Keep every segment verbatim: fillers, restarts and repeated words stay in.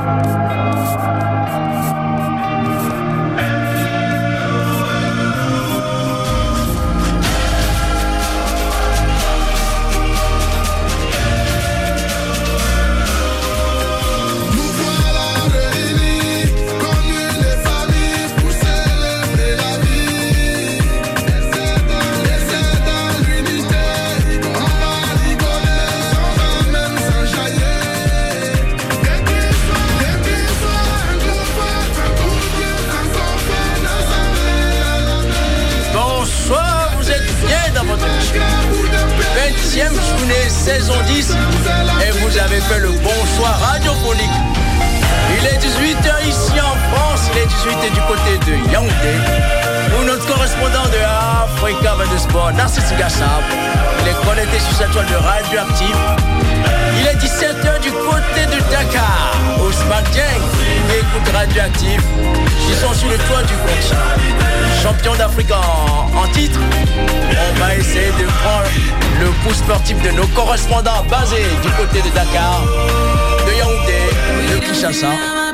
Saison dix et vous avez fait le bonsoir radiophonique. Il est dix-huit heures ici en France, il est dix-huit heures du côté de Yaoundé où notre correspondant de Africa vingt-deux Sport, Narcisse Gassab, il est connecté sur sa toile de Radioactif. Il est dix-sept heures du côté de Dakar. Ousmane Dieng écoute Radioactif. Ils sont sur le toit du continent. Champion d'Afrique en, en titre. On va essayer de prendre le pouls sportif de nos correspondants basés du côté de Dakar, de Yaoundé, de Kinshasa.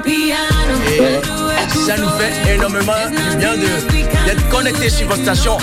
Et ça nous fait énormément du bien de, d'être connectés sur votre station.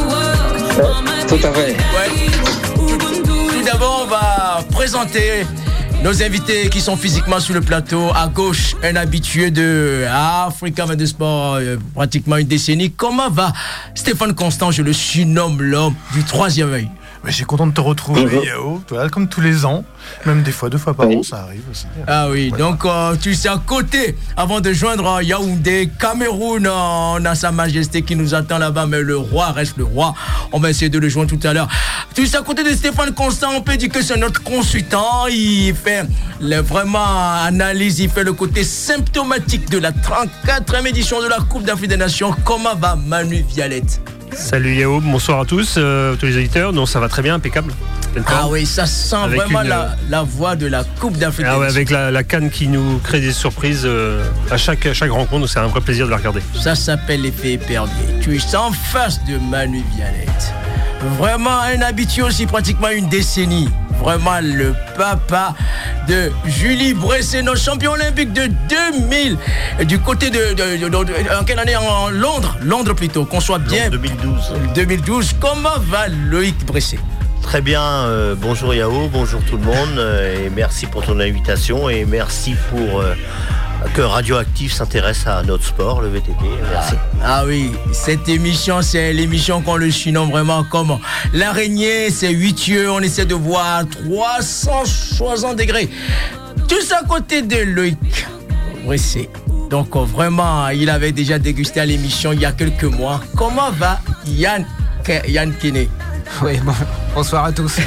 Ouais, tout à fait. Ouais. Tout, tout d'abord, on va présenter nos invités qui sont physiquement sur le plateau. À gauche, un habitué de Africa vingt-deux Sport, euh, pratiquement une décennie. Comment va Stéphane Constant? Je le surnomme l'homme du troisième œil. Mais j'ai content de te retrouver, Yao, toi, comme tous les ans, même des fois, deux fois par an, ça arrive aussi. Ah oui, ouais. Donc euh, tu sais à côté, avant de joindre Yaoundé, Cameroun, on a Sa Majesté qui nous attend là-bas, mais le roi reste le roi. On va essayer de le joindre tout à l'heure. Tu sais à côté de Stéphane Constant, on peut dire que c'est notre consultant. Il fait le, vraiment analyse, il fait le côté symptomatique de la trente-quatrième édition de la Coupe d'Afrique des Nations. Comment va Manu Vialette? Salut Yao, bonsoir à tous, euh, tous les auditeurs. Non, ça va très bien, impeccable. Ah oui, ça sent avec vraiment une, la, la voix de la Coupe d'Afrique. Ah ouais, avec la, la CAN qui nous crée des surprises euh, à chaque, à chaque rencontre, c'est un vrai plaisir de la regarder. Ça s'appelle l'effet épervier. Tu es en face de Manu Vialette. Vraiment un habitué aussi, pratiquement une décennie. Vraiment le papa de Julie Bressé, notre champion olympique de deux mille. Du côté de, de, de, de, de en quelle année? En Londres, Londres plutôt, qu'on soit bien. deux mille douze. deux mille douze. Comment va Loïc Bressé? Très bien, euh, bonjour Yao, bonjour tout le monde, euh, et merci pour ton invitation et merci pour euh, que Radioactif s'intéresse à notre sport, le V T T. Merci. Ah, ah oui, cette émission, c'est l'émission qu'on le surnomme vraiment comme l'araignée, c'est huit yeux, on essaie de voir trois cent soixante degrés. Tous à côté de Loïc Bressé. Donc vraiment, il avait déjà dégusté à l'émission il y a quelques mois. Comment va Yann, Yann Kene? Oui, bon, bonsoir à tous.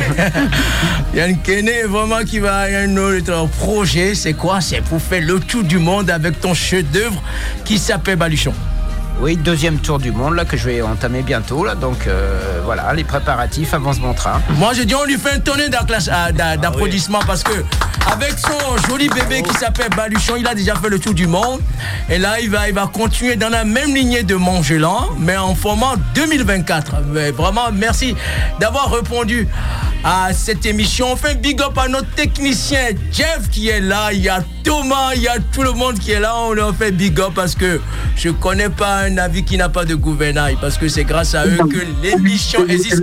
Yann Kene, vraiment qui va à un autre projet. C'est quoi? C'est pour faire le tour du monde avec ton chef-d'œuvre qui s'appelle Baluchon. Oui, deuxième tour du monde là que je vais entamer bientôt là, donc euh, voilà, les préparatifs avancent mon train. Moi je dis on lui fait un tonnet d'applaudissements ah, oui. Parce que avec son joli bébé qui s'appelle Baluchon, il a déjà fait le tour du monde et là il va, il va continuer dans la même lignée de Magellan mais en format deux mille vingt-quatre. Mais vraiment merci d'avoir répondu à cette émission. On fait un big up à notre technicien Jeff qui est là, il y a Thomas, il y a tout le monde qui est là, on leur fait big up parce que je connais pas un avis qui n'a pas de gouvernail parce que c'est grâce à eux que l'émission existe.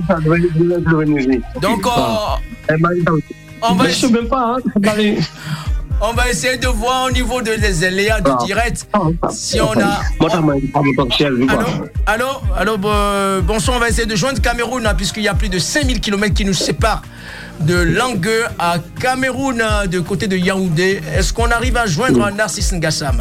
Donc on, on va essayer, on va essayer de voir au niveau de les aléas du direct si on a. Allô, allô, allô, bonsoir, on va essayer de joindre Cameroun puisqu'il y a plus de cinq mille kilomètres qui nous séparent de Langueux à Cameroun, de côté de Yaoundé. Est-ce qu'on arrive à joindre Narcisse Ngassam?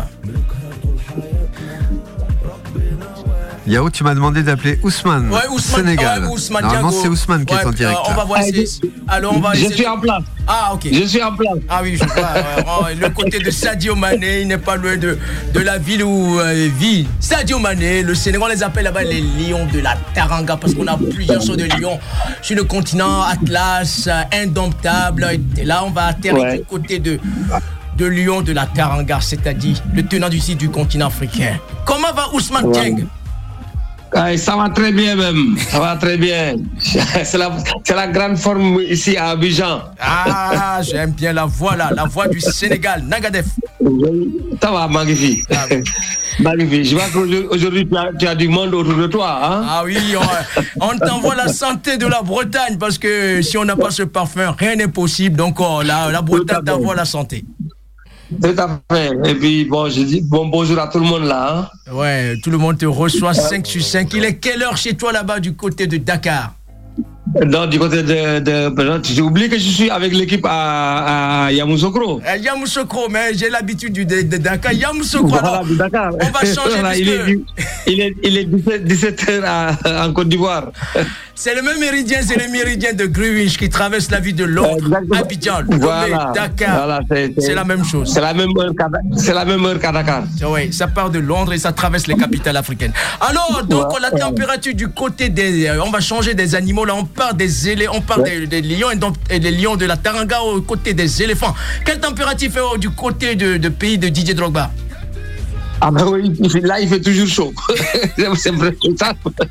Yao, tu m'as demandé d'appeler Ousmane, ouais, Ousmane Sénégal. Ouais, Ousmane Normalement, Diago. c'est Ousmane qui ouais, est en direct. Euh, on va voir si... Alors, on va je essayer... suis en place. Ah, ok. Je suis en place. Ah oui, je vois. Ouais, le côté de Sadio Mané, il n'est pas loin de, de la ville où euh, vit Sadio Mané. Le Sénégal, on les appelle là-bas les lions de la Taranga parce qu'on a plusieurs sortes de lions sur le continent. Atlas, indomptable. Et là, on va atterrir ouais. du côté de... de Lion de la Taranga, c'est-à-dire le tenant du site du continent africain. Comment va Ousmane Dieng? Ouais. Ah, ça va très bien même, ça va très bien. C'est la, c'est la grande forme ici à Abidjan. Ah, j'aime bien la voix là, la voix du Sénégal, Nagadef. Ça va, magnifique. Ah, oui. Magnifique. Je vois qu'aujourd'hui, tu as, tu as du monde autour de toi. Hein? Ah oui, on, on t'envoie la santé de la Bretagne parce que si on n'a pas ce parfum, rien n'est possible. Donc, oh, la, la Bretagne t'envoie la santé. Tout à fait. Et puis, bon, je dis bon bonjour à tout le monde là. Hein? Ouais, tout le monde te reçoit cinq sur cinq. Il est quelle heure chez toi là-bas du côté de Dakar? Non, du côté de, de, tu oublies que je suis avec l'équipe à, à Yamoussoukro. À Yamoussoukro, mais j'ai l'habitude de, de Dakar. Yamoussoukro, voilà, alors, Dakar. On va changer voilà, il, est, il est, il est dix-sept heures en Côte d'Ivoire. C'est le même méridien, c'est le méridien de Greenwich qui traverse la ville de Londres, Abidjan, voilà, Dakar. Voilà, c'est la même chose. C'est la même heure qu'à, la même heure qu'à Dakar. Oui, ça part de Londres et ça traverse les capitales africaines. Alors, donc, ouais, la température du côté des... On va changer des animaux, là, on part des éléphants, on part ouais. des, des lions et, donc, et des lions de la Taranga au côté des éléphants. Quelle température fait oh, du côté de, de pays de Didier Drogba? Ah ben oui, là il fait toujours chaud. C'est vrai, ça.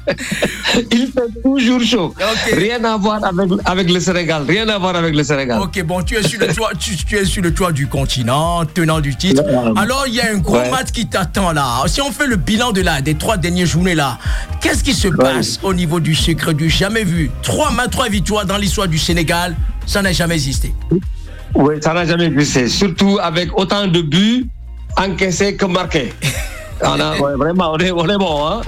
Il fait toujours chaud. Okay. Rien à voir avec, avec le Sénégal. Rien à voir avec le Sénégal. Ok, bon, tu es sur le toit, tu, tu es sur le toit du continent, tenant du titre. Ouais. Alors il y a un gros ouais. match qui t'attend là. Si on fait le bilan de là, des trois dernières journées là, qu'est-ce qui se passe ouais. au niveau du secret du jamais vu? Trois matchs, trois victoires dans l'histoire du Sénégal, ça n'a jamais existé. Oui, ça n'a jamais existé. Surtout avec autant de buts encaissé que marqué. On a, ouais, vraiment, on est, on est bon. Hein?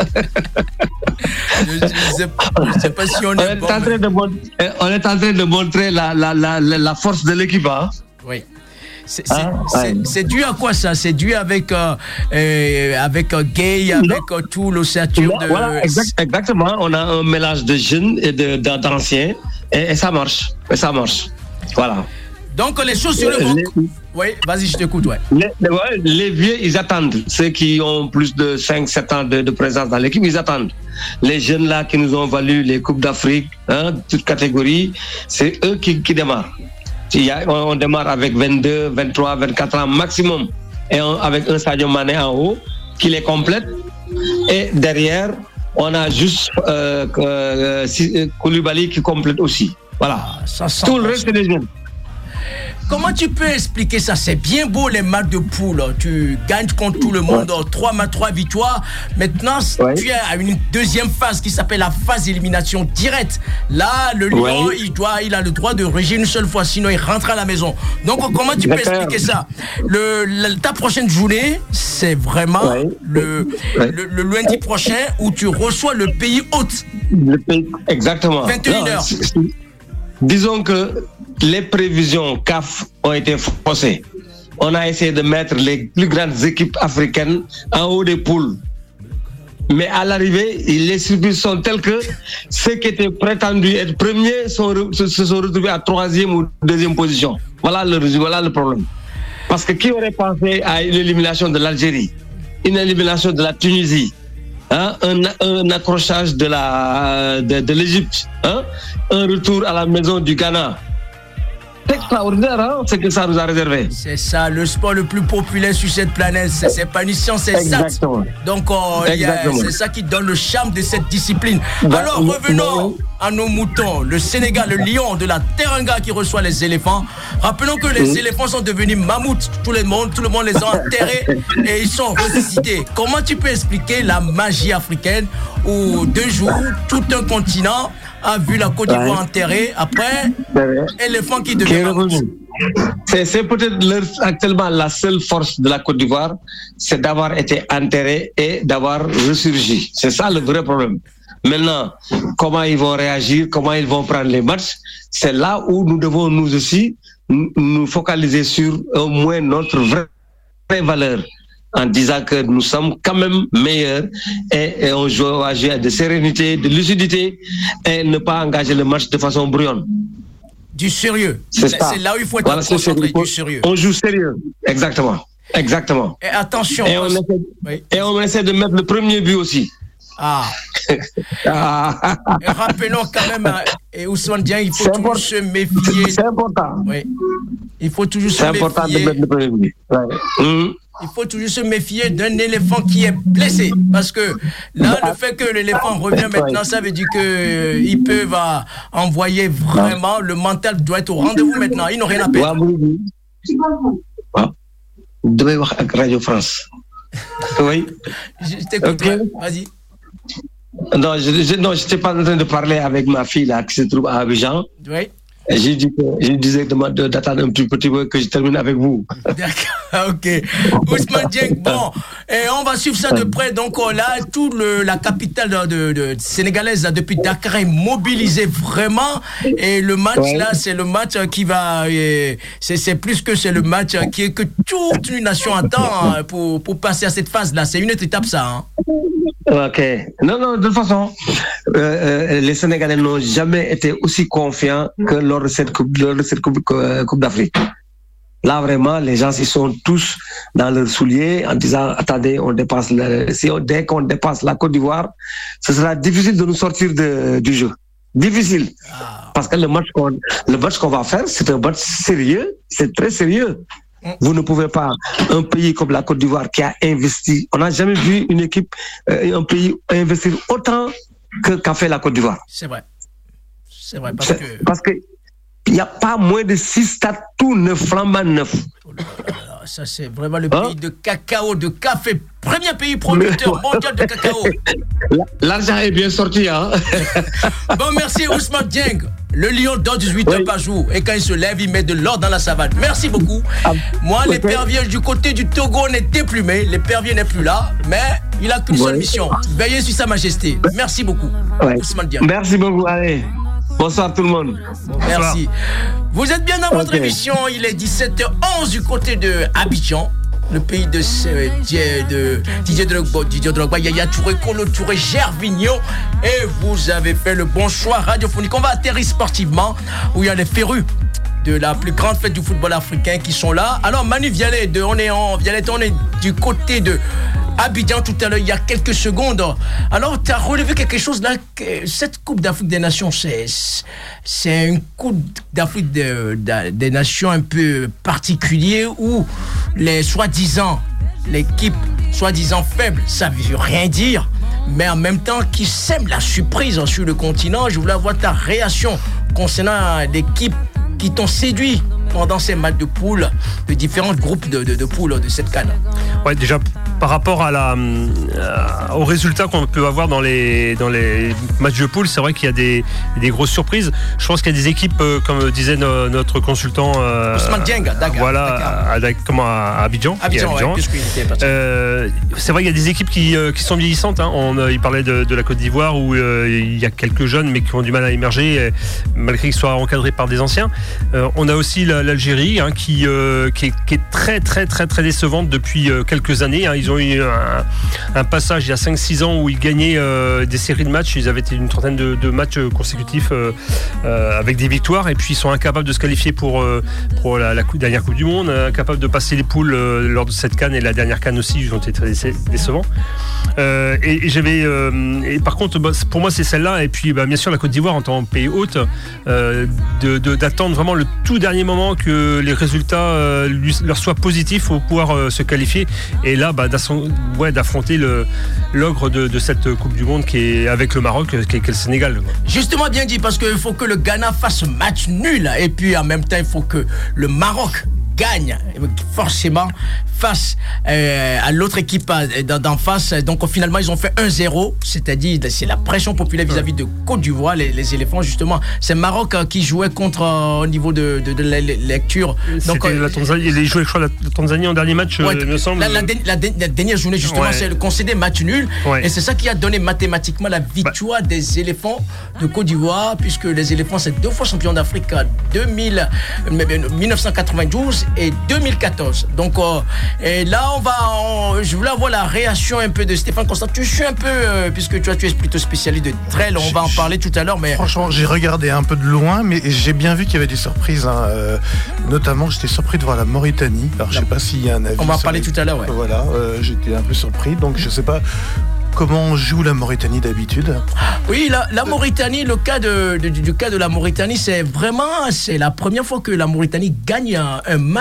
Je ne sais, sais pas si on est, on est bon. En train de mon... On est en train de montrer la, la, la, la force de l'équipe. Hein? Oui. C'est hein? ouais. dû à quoi ça? C'est dû avec, euh, euh, avec euh, Gay, avec euh, tout l'ossature de... Voilà, exact, exactement. On a un mélange de jeunes et d'anciens et, et ça marche. Et ça marche. Voilà. Donc les choses sur le vont... Oui, vas-y, je t'écoute, ouais. Les, les, ouais. les vieux, ils attendent. Ceux qui ont plus de cinq sept ans de, de présence dans l'équipe, ils attendent. Les jeunes là qui nous ont valu les Coupes d'Afrique, hein, toutes catégories, c'est eux qui, qui démarrent. Il y a, on, on démarre avec vingt-deux, vingt-trois, vingt-quatre ans maximum. Et on, avec un Sadio Mané en haut, qui les complète. Et derrière, on a juste euh, euh, Koulibaly qui complète aussi. Voilà. Ah, ça tout le reste, c'est des jeunes. Comment tu peux expliquer ça? C'est bien beau les matchs de poule. Tu gagnes contre tout le monde, ouais. trois matchs, trois victoires. Maintenant, ouais. tu es à une deuxième phase qui s'appelle la phase élimination directe. Là, le Lion, ouais. il, doit, il a le droit de régir une seule fois, sinon il rentre à la maison. Donc, comment tu peux expliquer ça? le, le, Ta prochaine journée, c'est vraiment ouais. Le, ouais. Le, le lundi prochain où tu reçois le pays hôte. Le pays, exactement. vingt et une heures. Disons que les prévisions C A F ont été faussées. On a essayé de mettre les plus grandes équipes africaines en haut des poules. Mais à l'arrivée, les surprises sont telles que ceux qui étaient prétendus être premiers sont, se, se sont retrouvés à troisième ou deuxième position. Voilà le, voilà le problème. Parce que qui aurait pensé à une élimination de l'Algérie, une élimination de la Tunisie, hein, un, un accrochage de la de, de l'Égypte, hein, un retour à la maison du Ghana. C'est extraordinaire, hein, ce que ça nous a réservé. C'est ça, le sport le plus populaire sur cette planète. C'est pas une science, c'est ça. Donc, euh, c'est ça qui donne le charme de cette discipline. Bah, Alors, revenons bah, à nos moutons. Le Sénégal, le lion de la Teranga qui reçoit les éléphants. Rappelons que les mmh. éléphants sont devenus mammouths. Tout le monde, tout le monde les a enterrés et ils sont ressuscités. Comment tu peux expliquer la magie africaine où deux jours, tout un continent a vu la Côte d'Ivoire ouais. enterrée, après, ouais. éléphant qui devient C'est, c'est peut-être leur, actuellement la seule force de la Côte d'Ivoire, c'est d'avoir été enterré et d'avoir ressurgi. C'est ça le vrai problème. Maintenant, comment ils vont réagir, comment ils vont prendre les matchs, c'est là où nous devons nous aussi nous focaliser sur au moins notre vraie, vraie valeur, en disant que nous sommes quand même meilleurs et, et on joue à jouer de sérénité, de lucidité et ne pas engager le match de façon brouillonne. Du sérieux. C'est, c'est là où il faut être voilà, concentré, du sérieux. On joue sérieux, exactement. Exactement. Et attention. Et on, essaie, oui. et on essaie de mettre le premier but aussi. Ah. ah. Et rappelons quand même, et Ousmane Dieng, il faut c'est toujours important. se méfier. C'est important. Oui. Il faut toujours c'est se méfier. C'est important de mettre le premier but. Ouais. Mmh. Il faut toujours se méfier d'un éléphant qui est blessé. Parce que là, le fait que l'éléphant revient maintenant, ça veut dire qu'ils peuvent euh, envoyer vraiment, le mental doit être au rendez-vous maintenant. Ils n'ont rien à perdre. damay wax ak Radio France. Oui. Je t'écoute. Okay. Vas-y. Non, je, je, non, j'étais pas en train de parler avec ma fille là, qui se trouve à Abidjan. Oui. J'ai dit que, je disais de, d'attendre un petit, petit peu que je termine avec vous. D'accord, ok. Ousmane Dieng, bon, et on va suivre ça de près. Donc là, toute le, la capitale de, de, de sénégalaise là, depuis Dakar est mobilisée vraiment. Et le match ouais. là, c'est le match qui va, et c'est, c'est plus que c'est le match qui, que toute une nation attend hein, pour, pour passer à cette phase là. C'est une autre étape ça. Hein. Ok. Non, non, de toute façon, euh, euh, les Sénégalais n'ont jamais été aussi confiants que lors de cette Coupe, lors de cette coupe, euh, coupe d'Afrique. Là, vraiment, les gens, ils sont tous dans leurs souliers en disant, attendez, on dépasse le, si on, dès qu'on dépasse la Côte d'Ivoire, ce sera difficile de nous sortir de, du jeu. Difficile. Parce que le match qu'on, le match qu'on va faire, c'est un match sérieux, c'est très sérieux. Vous ne pouvez pas, un pays comme la Côte d'Ivoire qui a investi, on n'a jamais vu une équipe, euh, un pays investir autant que qu'a fait la Côte d'Ivoire. C'est vrai. C'est vrai, parce c'est, que... Parce que il n'y a pas moins de six stades tout neuf, flambant neuf. Oh là là là, ça c'est vraiment le hein? pays de cacao, de café, premier pays producteur mondial de cacao. L'argent est bien sorti, hein. Bon, merci Ousmane Dieng. Le lion dort dix-huit heures oui. par jour et quand il se lève, il met de l'or dans la savane. Merci beaucoup. Ah, Moi, okay. l'épervier du côté du Togo on est déplumé. L'épervier n'est plus là, mais il a qu'une ouais. seule mission. Veiller sur Sa Majesté. Merci beaucoup, ouais. Ousmane Dieng. Merci beaucoup. Allez. Bonsoir tout le monde. Bonsoir. Merci. Vous êtes bien dans votre okay. émission. Il est dix-sept heures onze du côté de Abidjan, le pays de, de, de Didier Drogba, Didier Drogba, Yaya Touré, Kolo Touré, Gervinho. Et vous avez fait le bon choix radiophonique. On va atterrir sportivement où il y a les férus de la plus grande fête du football africain qui sont là. Alors Manu Vialet, de, on est en Vialet, on est du côté de Abidjan tout à l'heure, il y a quelques secondes. Alors, tu as relevé quelque chose là, que cette Coupe d'Afrique des Nations, c'est, c'est une Coupe d'Afrique de, de, des Nations un peu particulière où les soi-disant, l'équipe soi-disant faible, ça ne veut rien dire, mais en même temps qui sème la surprise sur le continent. Je voulais avoir ta réaction concernant l'équipe qui t'ont séduit pendant ces matchs de poules, de différents groupes de, de, de poules de cette CAN. Ouais, déjà par rapport à la, euh, aux résultats qu'on peut avoir dans les, dans les matchs de poules, c'est vrai qu'il y a des, des grosses surprises. Je pense qu'il y a des équipes, euh, comme disait no, notre consultant, euh, Ousmane Dieng, Dakar, voilà, à, à, comment, à Abidjan. Abidjan, Abidjan. Ouais, euh, c'est vrai qu'il y a des équipes qui, euh, qui sont vieillissantes. Hein. On, euh, il parlait de, de la Côte d'Ivoire où euh, il y a quelques jeunes mais qui ont du mal à émerger, et, malgré qu'ils soient encadrés par des anciens. Euh, on a aussi la, l'Algérie hein, qui, euh, qui, est, qui est très très très très décevante depuis euh, quelques années. Hein. Ils ont eu un, un passage il y a cinq six ans où ils gagnaient euh, des séries de matchs. Ils avaient une trentaine de, de matchs consécutifs euh, euh, avec des victoires, et puis ils sont incapables de se qualifier pour, euh, pour la, la coupe, dernière Coupe du Monde, incapables de passer les poules euh, lors de cette CAN, et la dernière CAN aussi, ils ont été très décevants. Euh, et, et j'avais euh, et par contre bah, pour moi c'est celle-là, et puis bah, bien sûr la Côte d'Ivoire en tant que pays hôte, euh, de, de, d'attendre vraiment le tout dernier moment que les résultats euh, lui, leur soient positifs pour pouvoir euh, se qualifier, et là bah, ouais, d'affronter le, l'ogre de, de cette Coupe du Monde qui est avec le Maroc, qui est, qui est le Sénégal. Justement bien dit, parce qu'il faut que le Ghana fasse match nul, et puis en même temps il faut que le Maroc gagne forcément face euh, à l'autre équipe d'en face. Donc finalement ils ont fait un zéro, c'est-à-dire c'est la pression populaire vis-à-vis de Côte d'Ivoire, les, les éléphants justement. C'est Maroc euh, qui jouait contre euh, au niveau de, de, de la lecture. Donc c'était euh, la Tanzanie, ils jouaient je crois la Tanzanie en dernier match, ouais, euh, me semble. La, la, la, la, la dernière journée justement, ouais. C'est le concédé match nul, ouais. Et c'est ça qui a donné mathématiquement la victoire bah. des éléphants de Côte d'Ivoire, puisque les éléphants c'est deux fois champions d'Afrique, deux mille, dix-neuf cent quatre-vingt-douze et deux mille quatorze. Donc euh, et là on va on, je voulais avoir la réaction un peu de Stéphane Constant. Tu suis un peu euh, puisque tu, tu es plutôt spécialiste de trail, on va en parler tout à l'heure, mais franchement j'ai regardé un peu de loin, mais j'ai bien vu qu'il y avait des surprises, hein. euh, notamment j'étais surpris de voir la Mauritanie. Alors je sais pas s'il y a un avis, on va en parler les... tout à l'heure, ouais. Voilà, euh, j'étais un peu surpris, donc je sais pas comment joue la Mauritanie d'habitude. Oui, la, la Mauritanie, le cas de, de, du cas de la Mauritanie, c'est vraiment c'est la première fois que la Mauritanie gagne un, un match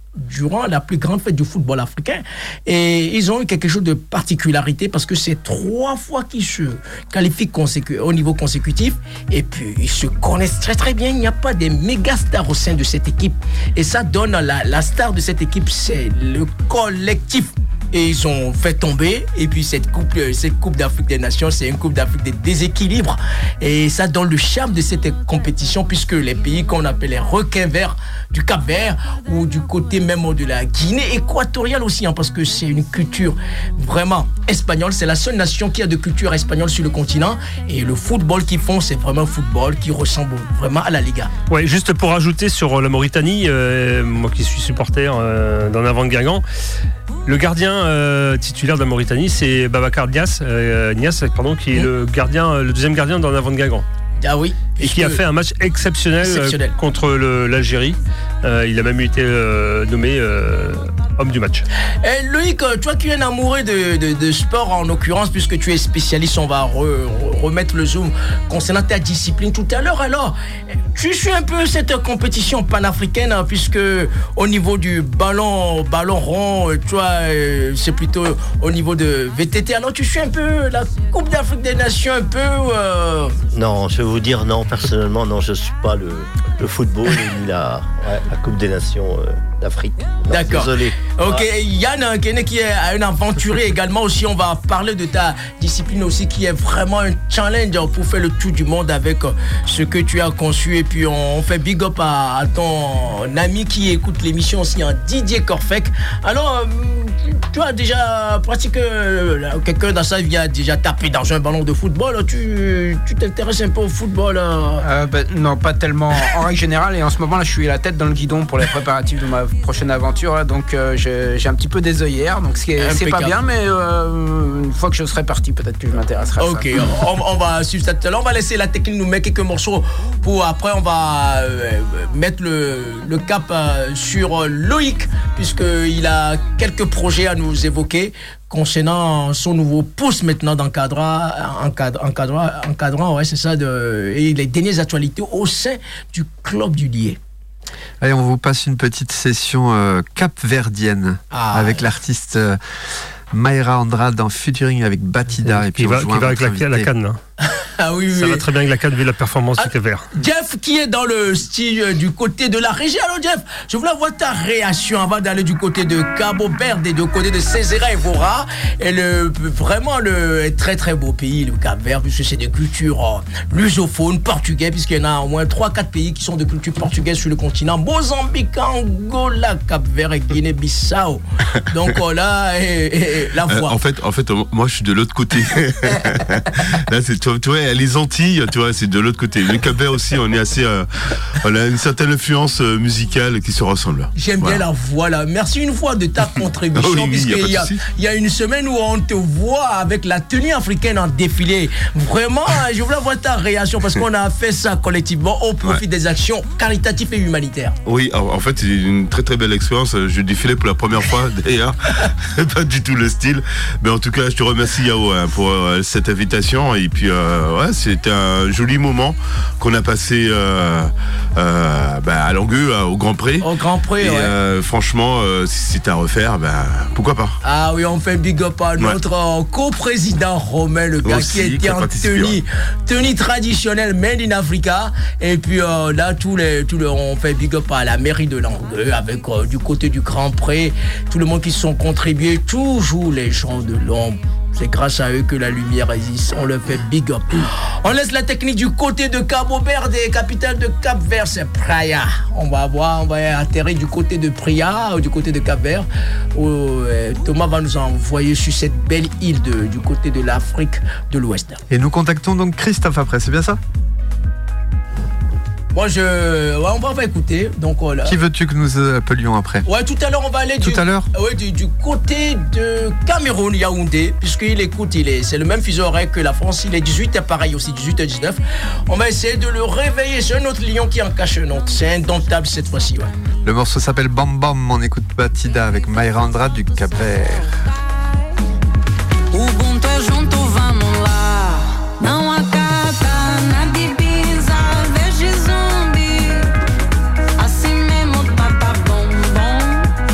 durant la plus grande fête du football africain. Et ils ont eu quelque chose de particularité parce que c'est trois fois qu'ils se qualifient consécu- au niveau consécutif. Et puis, ils se connaissent très très bien. Il n'y a pas des méga stars au sein de cette équipe. Et ça donne la, la star de cette équipe, c'est le collectif. Et ils ont fait tomber. Et puis cette coupe, cette coupe d'Afrique des Nations, c'est une coupe d'Afrique des déséquilibres. Et ça donne le charme de cette compétition, puisque les pays qu'on appelle les requins verts du Cap-Vert ou du côté même de la Guinée équatoriale aussi, hein, parce que c'est une culture vraiment espagnole. C'est la seule nation qui a de culture espagnole sur le continent. Et le football qu'ils font, c'est vraiment un football qui ressemble vraiment à la Liga. Ouais, juste pour ajouter sur la Mauritanie, euh, moi qui suis supporter euh, d'un avant de Guingamp, le gardien euh, titulaire de la Mauritanie, c'est Babacar Niasse, euh, Niasse pardon, qui est mmh. le gardien, le deuxième gardien d'un avant de Guingamp. Ah oui. Et qui a fait un match exceptionnel, exceptionnel. Euh, contre le, l'Algérie. Euh, il a même été euh, nommé euh, homme du match. Et Loïc, toi qui es un amoureux de, de, de sport en l'occurrence, puisque tu es spécialiste, on va re, re, remettre le zoom concernant ta discipline tout à l'heure. Alors, tu suis un peu cette compétition panafricaine, hein, puisque au niveau du ballon, ballon rond, tu vois, c'est plutôt au niveau de V T T. Alors, tu suis un peu la Coupe d'Afrique des Nations, un peu euh... Non, je vais vous dire non. Personnellement, non, je ne suis pas le, le football ni la, ouais, la Coupe des Nations euh, d'Afrique. Non, d'accord. Désolé. Ok, Yann, qui est un aventurier également aussi, on va parler de ta discipline aussi, qui est vraiment un challenge pour faire le tour du monde avec ce que tu as conçu. Et puis, on fait big up à, à ton ami qui écoute l'émission aussi, hein, Didier Corfec. Alors, tu as déjà pratiqué, quelqu'un dans sa vie a déjà tapé dans un ballon de football. Tu, tu t'intéresses un peu au football? euh, bah, Non, pas tellement en règle générale. Et en ce moment là, je suis la tête dans le guidon pour les préparatifs de ma prochaine aventure. Là, donc euh, j'ai, j'ai un petit peu des œillères. Donc c'est, c'est pas bien, mais euh, une fois que je serai parti, peut-être que je m'intéresserai à ça. Ok, on, on va suivre ça tout à l'heure. On va laisser la technique nous mettre quelques morceaux pour après on va euh, mettre le, le cap euh, sur Loïc, puisqu'il a quelques projets à nous évoquer concernant son nouveau poste maintenant d'encadrant, encadrant, encadrant, encadrant, ouais, c'est ça, de, et les dernières actualités au sein du club du Lié. Allez, on vous passe une petite session euh, cap-verdienne ah, avec l'artiste euh, Mayra Andrade en featuring avec Batida. Et puis qui va, qui va avec la, la canne. Hein. Ah oui, ça oui. va très bien avec la canne vu la performance ah, du Cap-Vert. Jeff qui est dans le style euh, du côté de la régie. Alors Jeff, je voulais avoir ta réaction avant d'aller du côté de Cabo Verde et du côté de Cesera Evora. Et le, vraiment le très très beau pays, le Cap-Vert, puisque c'est des cultures euh, lusophones, portugais, puisqu'il y en a au moins trois quatre pays qui sont de culture portugaise sur le continent. Mozambique, Angola, Cap-Vert et Guinée-Bissau. Donc euh, là, et, et, la voix. Euh, en fait, en fait, moi je suis de l'autre côté. Là, c'est tu, tu vois, les Antilles, tu vois, c'est de l'autre côté. Le Cap-Vert aussi, on est assez, euh, on a une certaine influence euh, musicale qui se ressemble. J'aime voilà. bien la voix là. Merci une fois de ta contribution, oui, puisqu'il y, y, y a une semaine où on te voit avec la tenue africaine en défilé. Vraiment, je voulais avoir ta réaction parce qu'on a fait ça collectivement au profit ouais. des actions caritatives et humanitaires. Oui, en, en fait, c'est une très très belle expérience. Je défilais pour la première fois d'ailleurs, pas du tout le style, mais en tout cas, je te remercie Yao hein, pour euh, cette invitation et puis euh, ouais, c'était un joli moment qu'on a passé euh, euh, bah, à Langueux, au Grand Pré. Au Grand Pré, et ouais. euh, franchement, euh, si c'était à refaire, bah, pourquoi pas. Ah oui, on fait big up à notre ouais. co-président Romain, le gars aussi, qui était en tenue, tenue traditionnelle Made in Africa. Et puis euh, là, tous les, tous les, on fait big up à la mairie de Langueux avec euh, du côté du Grand Pré, tout le monde qui se sont contribués, toujours les gens de l'ombre. C'est grâce à eux que la lumière existe. On le fait big up. On laisse la technique du côté de Cabo Verde, capitale de Cap-Vert, c'est Praia. On va voir, on va atterrir du côté de Praia, ou du côté de Cap-Vert, où euh, Thomas va nous envoyer sur cette belle île de, du côté de l'Afrique de l'Ouest. Et nous contactons donc Christophe après, c'est bien ça ? Moi, je... Ouais, on va, on va écouter. Donc, voilà. Qui veux-tu que nous appelions après ? Ouais, tout à l'heure, on va aller tout du... à l'heure ouais, du, du côté de Cameroun, Yaoundé, puisqu'il écoute, il est... c'est le même fuseau horaire que la France. Il est dix-huit, pareil aussi, dix-huit à dix-neuf. On va essayer de le réveiller. C'est un autre lion qui en cache un autre. C'est indomptable cette fois-ci, ouais. Le morceau s'appelle Bam Bam. On écoute Batida avec Mayra Andrade du Cap-Vert. Ubuntu junto, vamos lá. Não acata na divisa, vejo zumbi. Assim mesmo tá, tá bom, bom.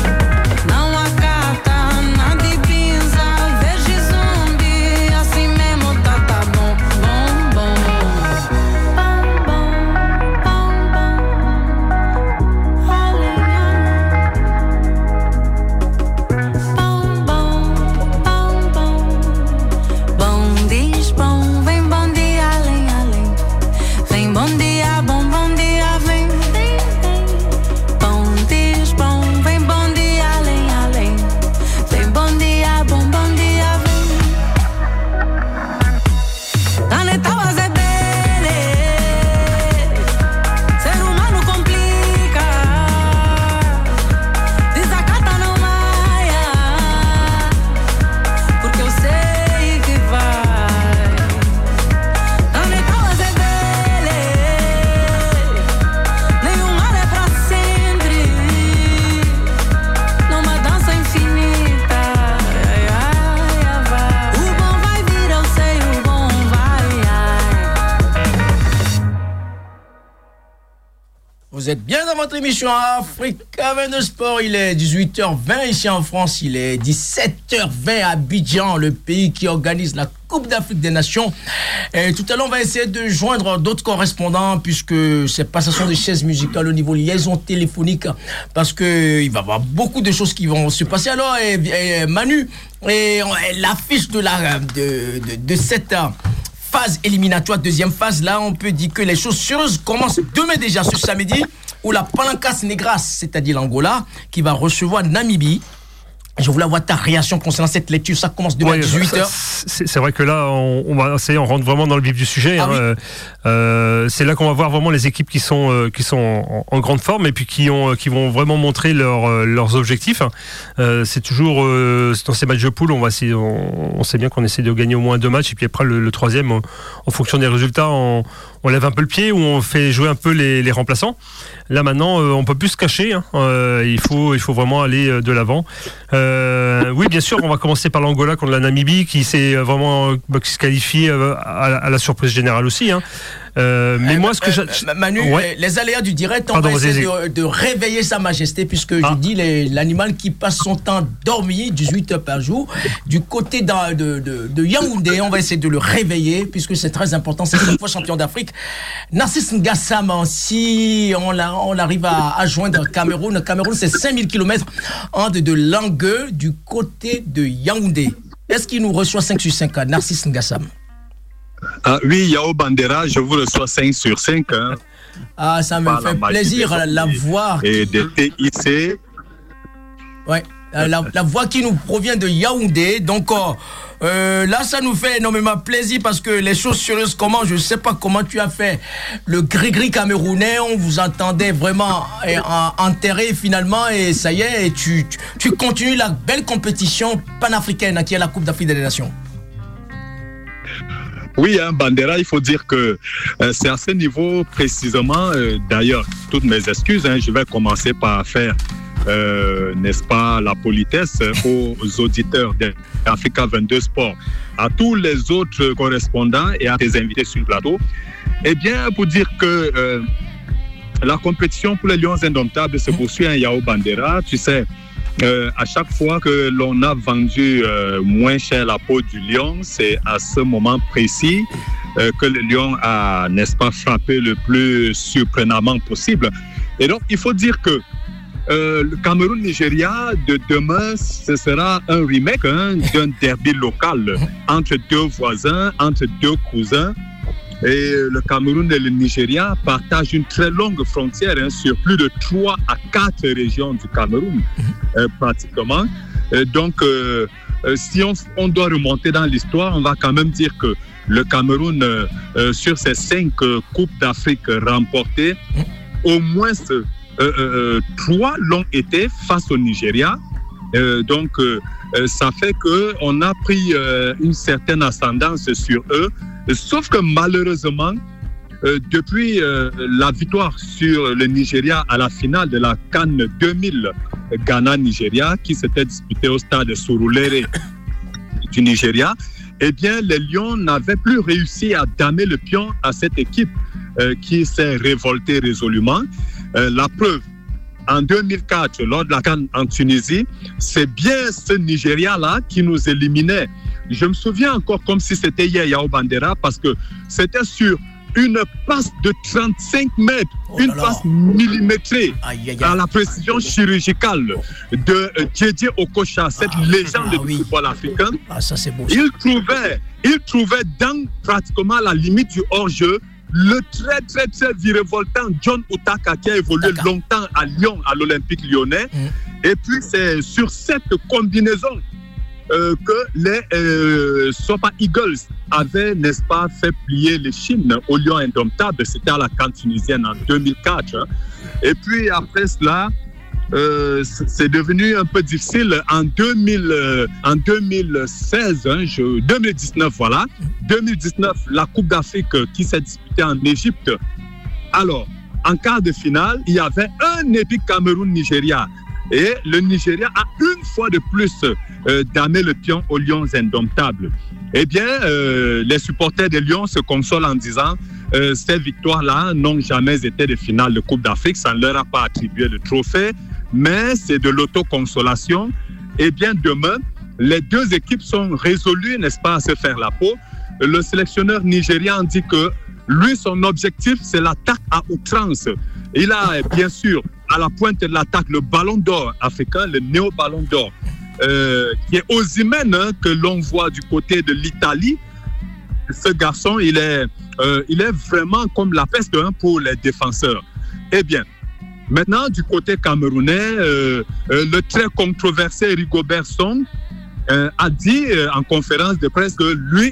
vous êtes bien dans votre émission Africa vingt-deux Sport. Il est dix-huit heures vingt ici en France, il est dix-sept heures vingt à Abidjan, le pays qui organise la Coupe d'Afrique des Nations. Et tout à l'heure, on va essayer de joindre d'autres correspondants puisque c'est passation de chaises musicales au niveau liaison téléphonique parce qu'il va y avoir beaucoup de choses qui vont se passer. Alors, et, et, Manu, et, et l'affiche de, la, de, de, de cette phase éliminatoire, deuxième phase, là, on peut dire que les choses sérieuses commencent demain déjà, ce samedi, où la Palancas Negras, c'est-à-dire l'Angola, qui va recevoir Namibie. Je voulais avoir ta réaction concernant cette lecture. Ça commence demain à dix-huit heures. C'est, c'est vrai que là, on, on va, ça y est, on rentre vraiment dans le vif du sujet. Ah, hein. oui. euh, c'est là qu'on va voir vraiment les équipes qui sont euh, qui sont en, en grande forme et puis qui ont qui vont vraiment montrer leur, euh, leurs objectifs. Euh, c'est toujours euh, dans ces matchs de poule, on va essayer, on, on sait bien qu'on essaie de gagner au moins deux matchs et puis après le, le troisième, on, en fonction des résultats, on, on lève un peu le pied ou on fait jouer un peu les, les remplaçants. Là maintenant, euh, on peut plus se cacher. Hein. Euh, il faut il faut vraiment aller de l'avant. Euh, oui, bien sûr, on va commencer par l'Angola contre la Namibie, qui s'est vraiment euh, qui se qualifie euh, à, à la surprise générale aussi. Hein. Euh, mais euh, moi, ce que euh, je... Manu, ouais. les aléas du direct, on Pardon, va essayer de, de réveiller Sa Majesté, puisque ah. je dis les, l'animal qui passe son temps dormi, dix-huit heures par jour, du côté de, de, de, de Yaoundé, on va essayer de le réveiller, puisque c'est très important, c'est une fois champion d'Afrique. Narcisse Ngassam, si on, la, on arrive à, à joindre Cameroun, Cameroun c'est cinq mille kilomètres entre de Langueux, du côté de Yaoundé. Est-ce qu'il nous reçoit cinq sur cinq, Narcisse Ngassam? Ah, oui, Yao Bandera, je vous reçois cinq sur cinq. Hein. Ah, ça me Par fait la plaisir de la voir. Et de T I C. Ouais, la, la voix qui nous provient de Yaoundé. Donc euh, là, ça nous fait énormément plaisir parce que les choses sérieuses, comment, je ne sais pas comment tu as fait le gris-gris camerounais. On vous entendait vraiment enterré finalement et ça y est, et tu, tu, tu continues la belle compétition panafricaine qui est la Coupe d'Afrique des Nations. Oui, hein, Bandera, il faut dire que euh, c'est à ce niveau précisément, euh, d'ailleurs, toutes mes excuses, hein, je vais commencer par faire, euh, n'est-ce pas, la politesse aux auditeurs d'Africa vingt-deux Sport, à tous les autres correspondants et à tes invités sur le plateau. Eh bien, pour dire que euh, la compétition pour les Lions Indomptables se poursuit, hein, Yao Bandera, tu sais. Euh, à chaque fois que l'on a vendu euh, moins cher la peau du lion, c'est à ce moment précis euh, que le lion a, n'est-ce pas, frappé le plus surprenamment possible. Et donc, il faut dire que euh, le Cameroun-Nigeria de demain, ce sera un remake hein, d'un derby local entre deux voisins, entre deux cousins. Et le Cameroun et le Nigeria partagent une très longue frontière hein, sur plus de trois à quatre régions du Cameroun, euh, pratiquement. Et donc, euh, euh, si on, on doit remonter dans l'histoire, on va quand même dire que le Cameroun, euh, euh, sur ces cinq euh, Coupes d'Afrique remportées, au moins euh, euh, trois l'ont été face au Nigeria. Euh, donc, euh, ça fait qu'on a pris euh, une certaine ascendance sur eux. Sauf que malheureusement, euh, depuis euh, la victoire sur le Nigeria à la finale de la CAN deux mille Ghana-Nigeria, qui s'était disputée au stade Surulere du Nigeria, eh bien, les Lions n'avaient plus réussi à damer le pion à cette équipe euh, qui s'est révoltée résolument. Euh, la preuve, en deux mille quatre, lors de la CAN en Tunisie, c'est bien ce Nigeria-là qui nous éliminait. Je me souviens encore comme si c'était hier, Yao Bandera, parce que c'était sur une passe de trente-cinq mètres, oh une passe millimétrée, aïe, aïe, aïe. à la précision chirurgicale de Djedje Okocha, cette ah, légende ah, oui. du football africain. Ah, ça, c'est beau, ça. Il trouvait, il trouvait dans pratiquement la limite du hors-jeu le très, très, très virevoltant John Utaka qui a évolué Utaka. longtemps à Lyon, à l'Olympique lyonnais. Mmh. Et puis, c'est sur cette combinaison Euh, que les euh, Super Eagles avaient, n'est-ce pas, fait plier les Chines au Lion Indomptable. C'était à la CAN tunisienne en deux mille quatre. Hein. Et puis après cela, euh, c'est devenu un peu difficile. En, deux mille, euh, en deux mille seize, hein, je, deux mille dix-neuf, voilà. deux mille dix-neuf, la Coupe d'Afrique qui s'est disputée en Égypte. Alors, en quart de finale, il y avait un épique Cameroun-Nigeria. Et le Nigeria a une fois de plus euh, damé le pion aux Lions indomptables. Eh bien, euh, les supporters des Lions se consolent en disant euh, ces victoires-là n'ont jamais été des finales de Coupe d'Afrique, ça ne leur a pas attribué le trophée, mais c'est de l'autoconsolation. Eh bien, demain, les deux équipes sont résolues, n'est-ce pas, à se faire la peau. Le sélectionneur nigérian dit que lui, son objectif, c'est l'attaque à outrance. Il a, bien sûr, à la pointe de l'attaque, le ballon d'or africain, le néo-ballon d'or, euh, qui est Osimhen, hein, que l'on voit du côté de l'Italie. Ce garçon, il est, euh, il est vraiment comme la peste hein, pour les défenseurs. Eh bien, maintenant, du côté camerounais, euh, euh, le très controversé Rigobert Song euh, a dit euh, en conférence de presse que lui,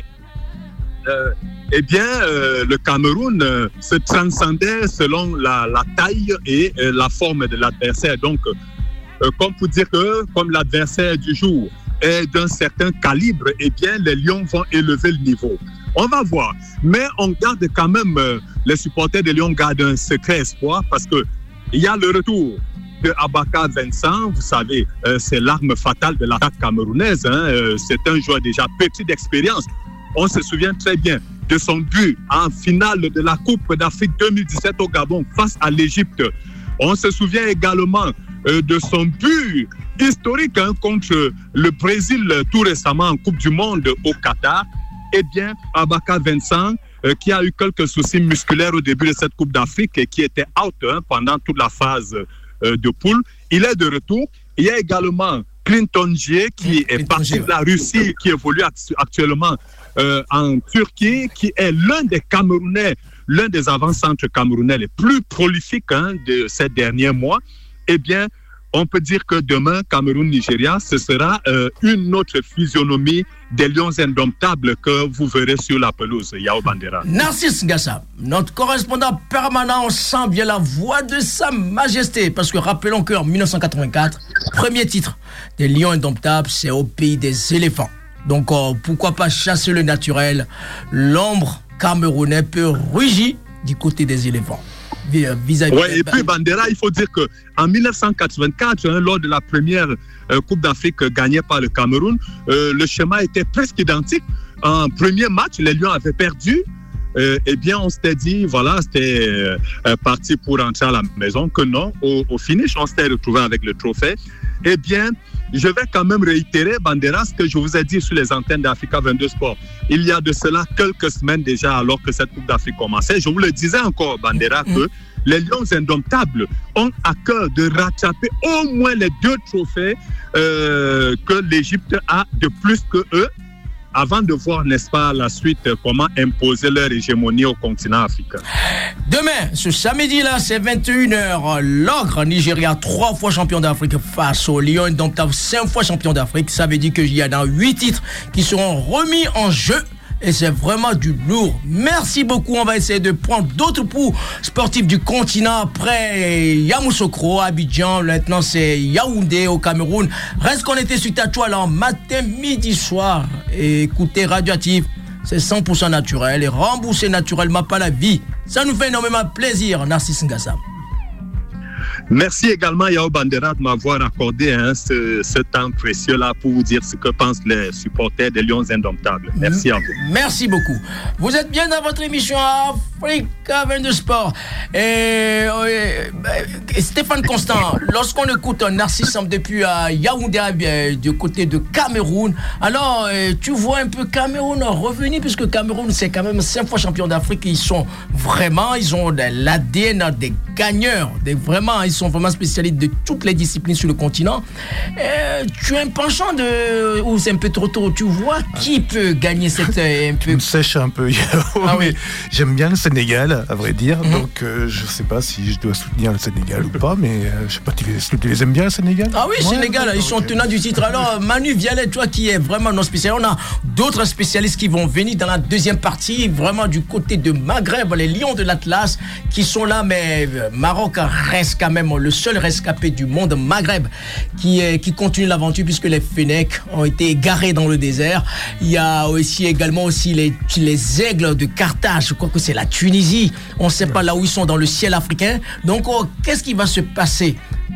euh, eh bien, euh, le Cameroun euh, se transcendait selon la, la taille et euh, la forme de l'adversaire. Donc, euh, comme pour dire que, comme l'adversaire du jour est d'un certain calibre, eh bien, les Lions vont élever le niveau. On va voir. Mais on garde quand même, euh, les supporters des Lions gardent un secret espoir parce que il y a le retour de Abaka Vincent. Vous savez, euh, c'est l'arme fatale de l'attaque camerounaise. Hein. Euh, c'est un joueur déjà petit d'expérience. On se souvient très bien de son but en finale de la Coupe d'Afrique deux mille dix-sept au Gabon face à l'Égypte. On se souvient également euh, de son but historique hein, contre le Brésil tout récemment en Coupe du Monde au Qatar. Eh bien, Abaka Vincent, euh, qui a eu quelques soucis musculaires au début de cette Coupe d'Afrique et qui était out hein, pendant toute la phase euh, de poule, il est de retour. Il y a également Clinton J, qui Clinton est parti G, ouais. de la Russie, qui évolue actuellement euh, en Turquie, qui est l'un des Camerounais, l'un des avant-centres camerounais les plus prolifiques hein, de ces derniers mois. Eh bien, on peut dire que demain, Cameroun-Nigeria, ce sera euh, une autre physionomie des Lions indomptables que vous verrez sur la pelouse, Yao Bandera. Narcisse Ngassa, notre correspondant permanent, on sent bien la voix de Sa Majesté, parce que rappelons qu'en dix-neuf cent quatre-vingt-quatre, premier titre des Lions indomptables, c'est au pays des éléphants. Donc euh, pourquoi pas chasser le naturel? L'ombre camerounais peut rugir du côté des éléphants. Vis-à-vis ouais, et puis Bandera, il faut dire qu'en dix-neuf cent quatre-vingt-quatre, hein, lors de la première euh, Coupe d'Afrique euh, gagnée par le Cameroun, euh, le schéma était presque identique. En premier match, les Lions avaient perdu. Euh, eh bien, on s'était dit, voilà, c'était euh, parti pour rentrer à la maison, que non, au, au finish, on s'était retrouvé avec le trophée. Eh bien, je vais quand même réitérer, Bandera, ce que je vous ai dit sur les antennes d'Africa vingt-deux Sport. Il y a de cela quelques semaines déjà, alors que cette Coupe d'Afrique commençait. Je vous le disais encore, Bandera, mmh. que les Lions indomptables ont à cœur de rattraper au moins les deux trophées euh, que l'Égypte a de plus que eux, avant de voir, n'est-ce pas, la suite, comment imposer leur hégémonie au continent africain. Demain, ce samedi-là, c'est vingt et une heures, l'Ogre Nigeria, trois fois champion d'Afrique face aux Lions indomptables, cinq fois champion d'Afrique. Ça veut dire qu'il y a dans huit titres qui seront remis en jeu. Et c'est vraiment du lourd. Merci beaucoup. On va essayer de prendre d'autres pouls sportifs du continent. Après Yamoussoukro, Abidjan. Maintenant, c'est Yaoundé au Cameroun. Reste connecté sur ta toile en matin, midi, soir. Et écoutez Radioactif. C'est cent pour cent naturel. Et remboursé naturellement par la vie. Ça nous fait énormément plaisir, Narcisse Ngassa. Merci également, Yao Bandera, de m'avoir accordé hein, ce, ce temps précieux-là pour vous dire ce que pensent les supporters des Lions indomptables. Merci à vous. Merci beaucoup. Vous êtes bien dans votre émission Africa vingt-deux Sport. Et, et Stéphane Constant, lorsqu'on écoute Narcisse depuis euh, Yaoundé, du côté de Cameroun, alors tu vois un peu Cameroun revenir, puisque Cameroun, c'est quand même cinq fois champion d'Afrique. Ils sont vraiment, ils ont l'A D N des gagneurs, des, vraiment, ils sont vraiment spécialistes de toutes les disciplines sur le continent. Euh, tu as un penchant de... ou c'est un peu trop tôt, tu vois qui peut gagner cette... Un peu... Tu me sèches un peu, ah, oui. J'aime bien le Sénégal, à vrai dire, mm-hmm. donc euh, je sais pas si je dois soutenir le Sénégal ou pas, mais euh, je sais pas, tu les, tu les aimes bien le Sénégal? Ah oui, ouais, Sénégal, ils sont okay. tenants du titre. Alors Manu Vialet, toi qui es vraiment non spécialiste, on a d'autres spécialistes qui vont venir dans la deuxième partie, vraiment du côté de Maghreb, les Lions de l'Atlas qui sont là, mais Maroc reste quand même le seul rescapé du monde Maghreb qui, est, qui continue l'aventure, puisque les Fennecs ont été égarés dans le désert. Il y a aussi également aussi les, les aigles de Carthage, je crois que c'est la Tunisie, on ne sait pas là où ils sont dans le ciel africain. Donc oh, qu'est-ce qui va se passer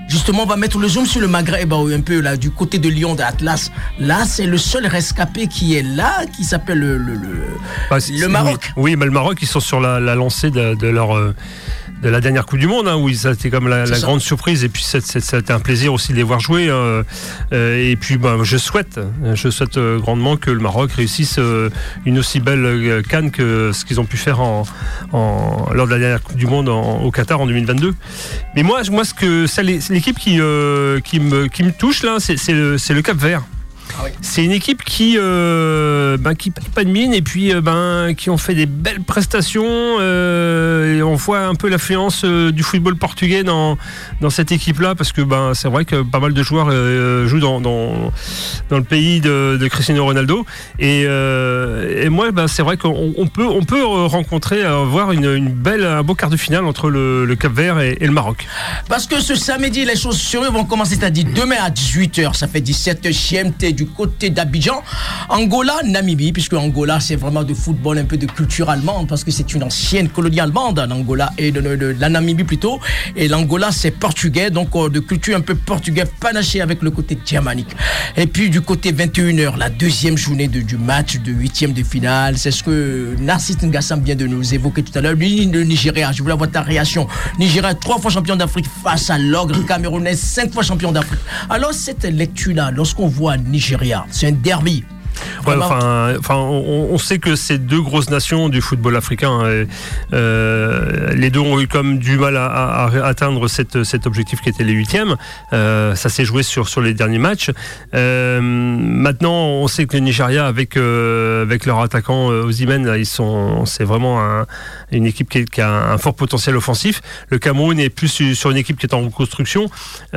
Justement, on va mettre le zoom sur le Maghreb, un peu là, du côté de Lyon, de Atlas. Là, c'est le seul rescapé qui est là, qui s'appelle le, le, le, bah, le Maroc. Oui, oui, mais le Maroc, ils sont sur la, la lancée de, de leur... Euh, de la dernière Coupe du Monde, hein, où ça a été comme la, la grande surprise, et puis ça, ça, ça a été un plaisir aussi de les voir jouer. Euh, euh, et puis bah, je souhaite, je souhaite euh, grandement que le Maroc réussisse euh, une aussi belle euh, CAN que ce qu'ils ont pu faire en, en, lors de la dernière Coupe du Monde en, au Qatar en deux mille vingt-deux. Mais moi, moi ce que c'est l'équipe qui, euh, qui, me, qui me touche là, c'est, c'est, le, c'est le Cap-Vert. Ah oui. C'est une équipe qui euh, ben, qui paye pas de mine et puis euh, ben qui ont fait des belles prestations euh, et on voit un peu l'influence euh, du football portugais dans dans cette équipe là parce que ben c'est vrai que pas mal de joueurs euh, jouent dans, dans dans le pays de, de Cristiano Ronaldo et, euh, et moi ben c'est vrai qu'on on peut on peut rencontrer euh, voir une, une belle un beau quart de finale entre le, le Cap-Vert et, et le Maroc. Parce que ce samedi les choses sérieuses vont commencer, c'est-à-dire demain à dix-huit heures, ça fait dix-sept heures G M T du côté d'Abidjan, Angola, Namibie, puisque Angola c'est vraiment de football, un peu de culture allemande, parce que c'est une ancienne colonie allemande, l'Angola et de, de, de la Namibie plutôt, et l'Angola c'est portugais, donc euh, de culture un peu portugais panaché avec le côté germanique. Et puis du côté vingt et une heures, la deuxième journée de, du match de huitième de finale, c'est ce que Narcisse Ngassam vient de nous évoquer tout à l'heure, lui le Nigeria, je voulais avoir ta réaction. Nigeria, trois fois champion d'Afrique face à l'ogre camerounais, cinq fois champion d'Afrique. Alors cette lecture-là, lorsqu'on voit Nigeria, c'est un derby. Ouais, enfin, enfin, on, on sait que c'est deux grosses nations du football africain. Et, euh, les deux ont eu comme du mal à, à, à atteindre cette, cet objectif qui était les huitièmes. Euh, ça s'est joué sur sur les derniers matchs. Euh, maintenant, on sait que le Nigeria, avec euh, avec leur attaquant euh, Osimhen, ils sont, c'est vraiment un, une équipe qui, est, qui a un fort potentiel offensif. Le Cameroun est plus sur une équipe qui est en reconstruction.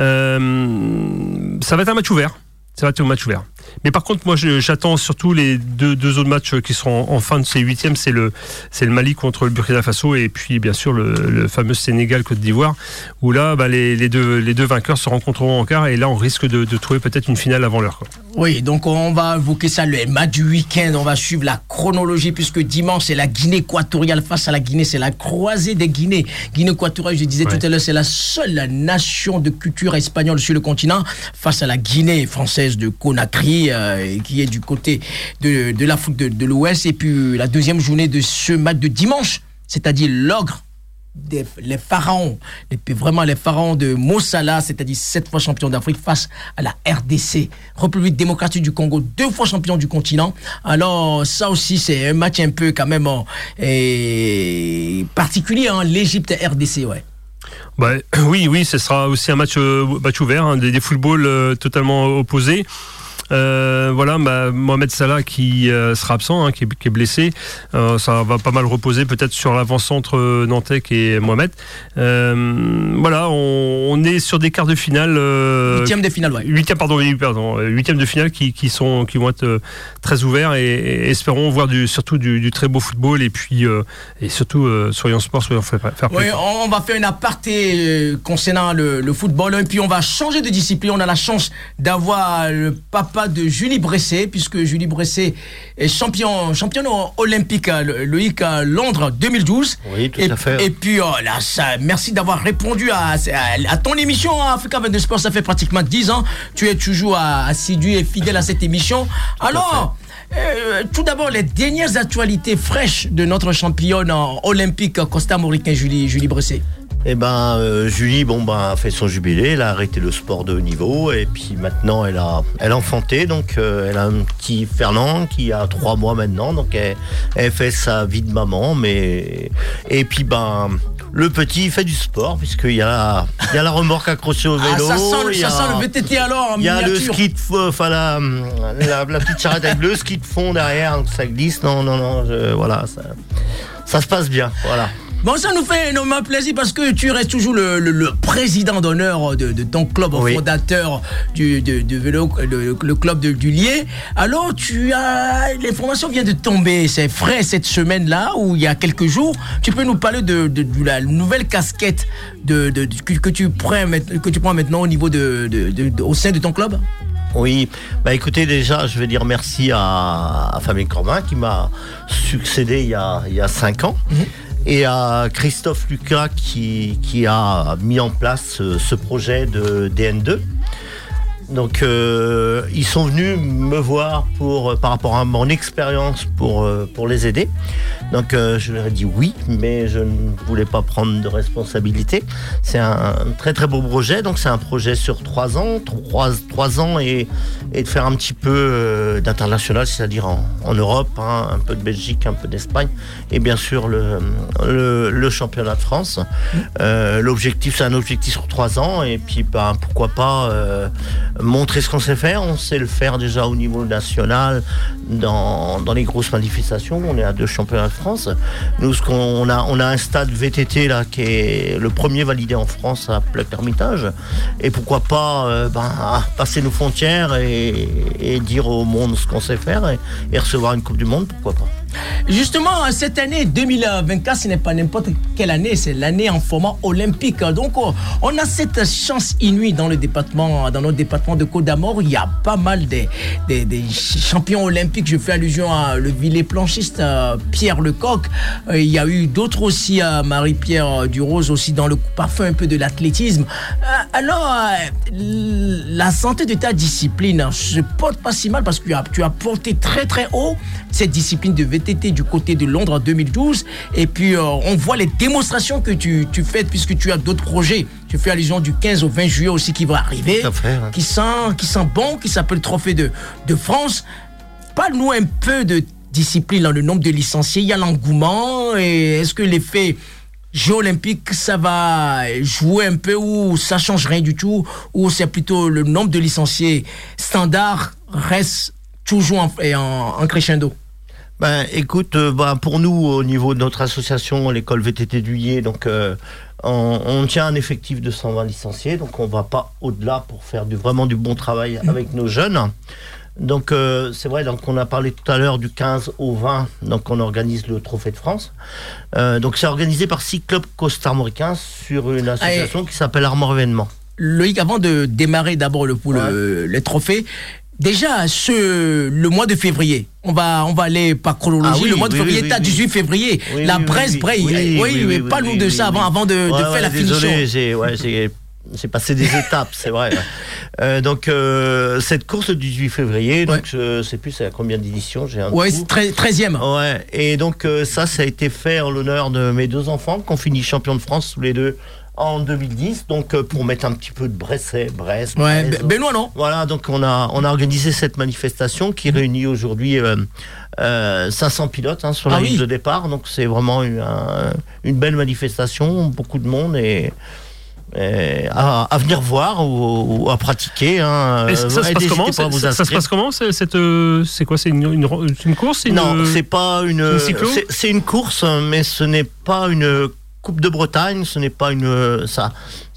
Euh, ça va être un match ouvert. Ça va être un match ouvert. Mais par contre, moi, je, j'attends surtout les deux, deux autres matchs qui seront en, en fin de ces huitièmes. C'est le, c'est le Mali contre le Burkina Faso et puis, bien sûr, le, le fameux Sénégal-Côte d'Ivoire, où là, bah, les, les, deux, les deux vainqueurs se rencontreront en quart et là, on risque de, de trouver peut-être une finale avant l'heure, quoi. Oui, donc on va évoquer ça, le match du week-end. On va suivre la chronologie puisque dimanche, c'est la Guinée équatoriale face à la Guinée. C'est la croisée des Guinées. Guinée équatoriale, je disais ouais. tout à l'heure, c'est la seule nation de culture espagnole sur le continent face à la Guinée française de Conakry, euh, qui est du côté de, de l'Afrique de, de l'Ouest. Et puis la deuxième journée de ce match de dimanche, c'est-à-dire l'ogre, des, les pharaons, les, vraiment les pharaons de Mossala, c'est-à-dire sept fois champion d'Afrique face à la R D C, République démocratique du Congo, deux fois champion du continent. Alors ça aussi c'est un match un peu quand même euh, particulier, hein, l'Égypte R D C, ouais. Bah, oui, oui, ce sera aussi un match, euh, match ouvert, hein, des, des footballs euh, totalement opposés. Euh, voilà, bah, Mohamed Salah qui euh, sera absent, hein, qui, est, qui est blessé. Euh, ça va pas mal reposer peut-être sur l'avant-centre euh, nantais qui est Mohamed. Euh, voilà, on, on est sur des quarts de finale. Euh, huitième de finale, ouais. Huitième, pardon, oui, pardon, huitième de finale qui, qui sont, qui vont être euh, très ouverts et, et espérons voir du, surtout du, du très beau football et puis euh, et surtout euh, soyons sport, soyons fair play. Oui, on va faire une aparté concernant le, le football et puis on va changer de discipline. On a la chance d'avoir le papa de Julie Bressé, puisque Julie Bressé est champion, championne olympique à Loïc à Londres deux mille douze. Oui, tout et, à fait. Et puis, oh là, ça, merci d'avoir répondu à, à, à ton émission Africa vingt-deux Sport. Ça fait pratiquement dix ans. Tu es toujours assidu et fidèle à cette émission. Tout Alors, euh, tout d'abord, les dernières actualités fraîches de notre championne olympique costamoricain Julie, Julie Bressé. Eh ben, euh, Julie, bon ben, a fait son jubilé, elle a arrêté le sport de haut niveau et puis maintenant elle a, elle a enfanté, donc euh, elle a un petit Fernand qui a trois mois maintenant, donc elle, elle fait sa vie de maman, mais et puis ben. Le petit fait du sport puisqu'il y a la, il y a la remorque accrochée au vélo. Ah, ça sent, il y a, ça sent le V T T alors en Il y a miniature. le ski de fond, enfin la, la, la petite charrette avec le ski de fond derrière, donc ça glisse. Non, non, non, je, voilà, ça, ça se passe bien, voilà. Bon, ça nous fait énormément plaisir parce que tu restes toujours le, le, le président d'honneur de, de ton club, oui. fondateur du de, de vélo, le, le club de, du Lier. Alors, tu as l'information vient de tomber, c'est frais cette semaine-là ou il y a quelques jours. Tu peux nous parler de, de, de la nouvelle casquette de, de, de, que, que tu prends que tu prends maintenant au niveau de, de, de, de au sein de ton club. Oui, bah écoutez, déjà, je vais dire merci à, à Fabien Corbin qui m'a succédé il y a, il y a cinq ans. Mmh. et à Christophe Lucas qui, qui a mis en place ce, ce projet de D N deux. Donc euh, ils sont venus me voir pour, par rapport à mon expérience pour, euh, pour les aider. Donc euh, je leur ai dit oui, mais je ne voulais pas prendre de responsabilité. C'est un, un très très beau projet, donc c'est un projet sur trois ans, trois, trois ans et, et de faire un petit peu euh, d'international, c'est-à-dire en, en Europe, hein, un peu de Belgique, un peu d'Espagne et bien sûr le, le, le championnat de France. Euh, l'objectif, c'est un objectif sur trois ans et puis ben, pourquoi pas euh, montrer ce qu'on sait faire. On sait le faire déjà au niveau national dans, dans les grosses manifestations. On est à deux championnats de France. Nous, ce qu'on on a, on a un stade V T T là qui est le premier validé en France à Pleuc-Hermitage. Et pourquoi pas euh, ben, passer nos frontières et, et dire au monde ce qu'on sait faire et, et recevoir une Coupe du Monde, pourquoi pas. Justement, cette année deux mille vingt-quatre, ce n'est pas n'importe quelle année, c'est l'année en format olympique. Donc, on a cette chance inouïe dans le département, dans notre département de Côte-d'Armor. Il y a pas mal de, de, de champions olympiques. Je fais allusion à le Villet planchiste, Pierre Lecoq. Il y a eu d'autres aussi, Marie-Pierre Durose aussi dans le parfum un peu de l'athlétisme. Alors, la santé de ta discipline se porte pas si mal parce que tu as, tu as porté très très haut cette discipline de V T T du côté de Londres en deux mille douze et puis euh, on voit les démonstrations que tu, tu fais puisque tu as d'autres projets. Tu fais allusion du quinze au vingt juillet aussi qui va arriver, fait, ouais. qui, sent, qui sent bon, qui s'appelle Trophée de, de France. Parle-nous un peu de discipline, dans le nombre de licenciés, il y a l'engouement et est-ce que l'effet Jeux olympiques, ça va jouer un peu ou ça change rien du tout ou c'est plutôt le nombre de licenciés standard reste toujours en, en, en crescendo? Ben, écoute, euh, ben, pour nous, au niveau de notre association, l'école V T T du Lier, donc, euh, on, on tient un effectif de cent vingt licenciés, donc on ne va pas au-delà pour faire du, vraiment du bon travail avec nos jeunes. Donc, euh, c'est vrai, donc, on a parlé tout à l'heure du quinze au vingt, donc on organise le Trophée de France. Euh, donc, c'est organisé par six clubs costarmoricains sur une association Allez. qui s'appelle Armor Événements. Loïc, avant de démarrer d'abord le, pour ouais. le, le trophée, déjà, ce, le mois de février, on va, on va aller par chronologie. Ah oui, le mois de oui, février, oui, t'as oui, dix-huit février, oui, la oui, Bresse, oui, Breil. Oui, oui, oui, oui, oui, parle-nous oui, de ça oui, avant, avant de, ouais, de faire ouais, la désolé, finition. J'ai, ouais, j'ai, j'ai passé des étapes, c'est vrai. Euh, donc, euh, cette course du dix-huit février, donc, ouais. je sais plus c'est à combien d'éditions, j'ai un Ouais, c'est treizième. Ouais, et donc, euh, ça, ça a été fait en l'honneur de mes deux enfants qui ont fini champion de France tous les deux en deux mille dix, donc euh, pour mettre un petit peu de Bresset, Brest. Ouais, Brest, Benoît, non? Voilà, donc on a, on a organisé cette manifestation qui réunit aujourd'hui euh, euh, cinq cents pilotes hein, sur la ah, ligne oui. de départ, donc c'est vraiment une, un, une belle manifestation, beaucoup de monde et. Et à, à venir voir ou, ou à pratiquer. Hein. Ça, ça, se passe comment, ça, ça, ça se passe comment c'est, cette, c'est quoi? C'est une, une, une course c'est une, Non, c'est pas une. une c'est, c'est une course, mais ce n'est pas une Coupe de Bretagne. Ce n'est pas une. Ça,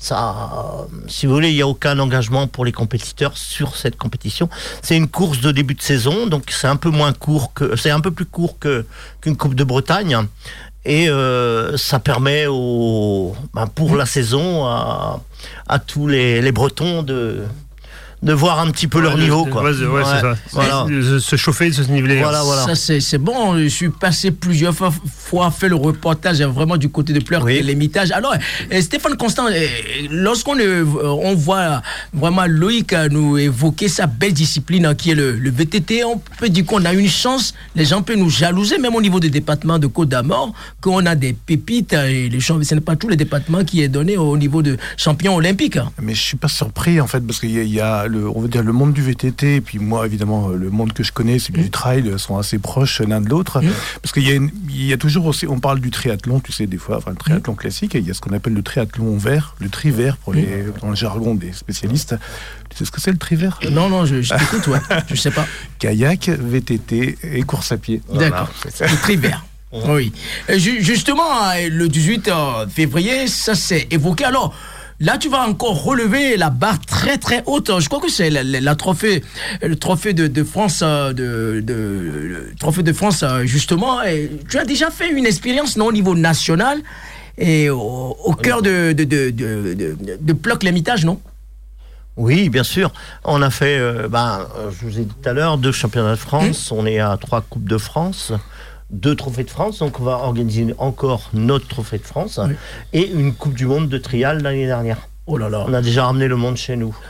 ça, si vous voulez, il n'y a aucun engagement pour les compétiteurs sur cette compétition. C'est une course de début de saison, donc c'est un peu moins court que. C'est un peu plus court que qu'une Coupe de Bretagne. Et euh, ça permet au, ben pour la saison à, à tous les, les Bretons de, de voir un petit peu ouais, leur niveau. Quoi. Ouais, ouais, ouais, c'est ça. Voilà. De se chauffer, de se niveler. Voilà, voilà. Ça, c'est, c'est bon. Je suis passé plusieurs fois, fois fait le reportage vraiment du côté de Pleurs, oui. l'Hermitage. Alors, Stéphane Constant, lorsqu'on on voit vraiment Loïc nous évoquer sa belle discipline qui est le, le V T T, on peut dire qu'on a une chance. Les gens peuvent nous jalouser, même au niveau des départements de Côte-d'Armor, qu'on a des pépites. Et les champs, ce n'est pas tous les départements qui est donné au niveau de champion olympique. Mais je suis pas surpris en fait, parce qu'il y a, il y a le, on va dire le monde du V T T, et puis moi évidemment le monde que je connais, c'est mmh. du trail, sont assez proches l'un de l'autre, mmh. parce qu'il y a, une, il y a toujours aussi, on parle du triathlon, tu sais des fois, enfin le triathlon mmh. classique, et il y a ce qu'on appelle le triathlon vert, le tri vert pour les, mmh. dans le jargon des spécialistes. Tu sais ce que c'est le tri vert? Non non, je, je t'écoute, ouais, je sais pas. Kayak, V T T et course à pied. D'accord, voilà. Le tri vert. Oui. Justement, le dix-huit février, ça s'est évoqué. Alors, là, tu vas encore relever la barre très très haute. Je crois que c'est la, la, la trophée, le trophée de, de France, de, de, de trophée de France justement. Et tu as déjà fait une expérience non au niveau national et au, au cœur de de de de, de, de Pleuc-Hermitage, non? Oui, bien sûr. On a fait, euh, ben, je vous ai dit tout à l'heure, deux championnats de France. Mmh. On est à trois coupes de France. deux trophées de France, donc on va organiser encore notre trophée de France oui. et une Coupe du Monde de trial l'année dernière. Oh là là. On a déjà ramené le monde chez nous.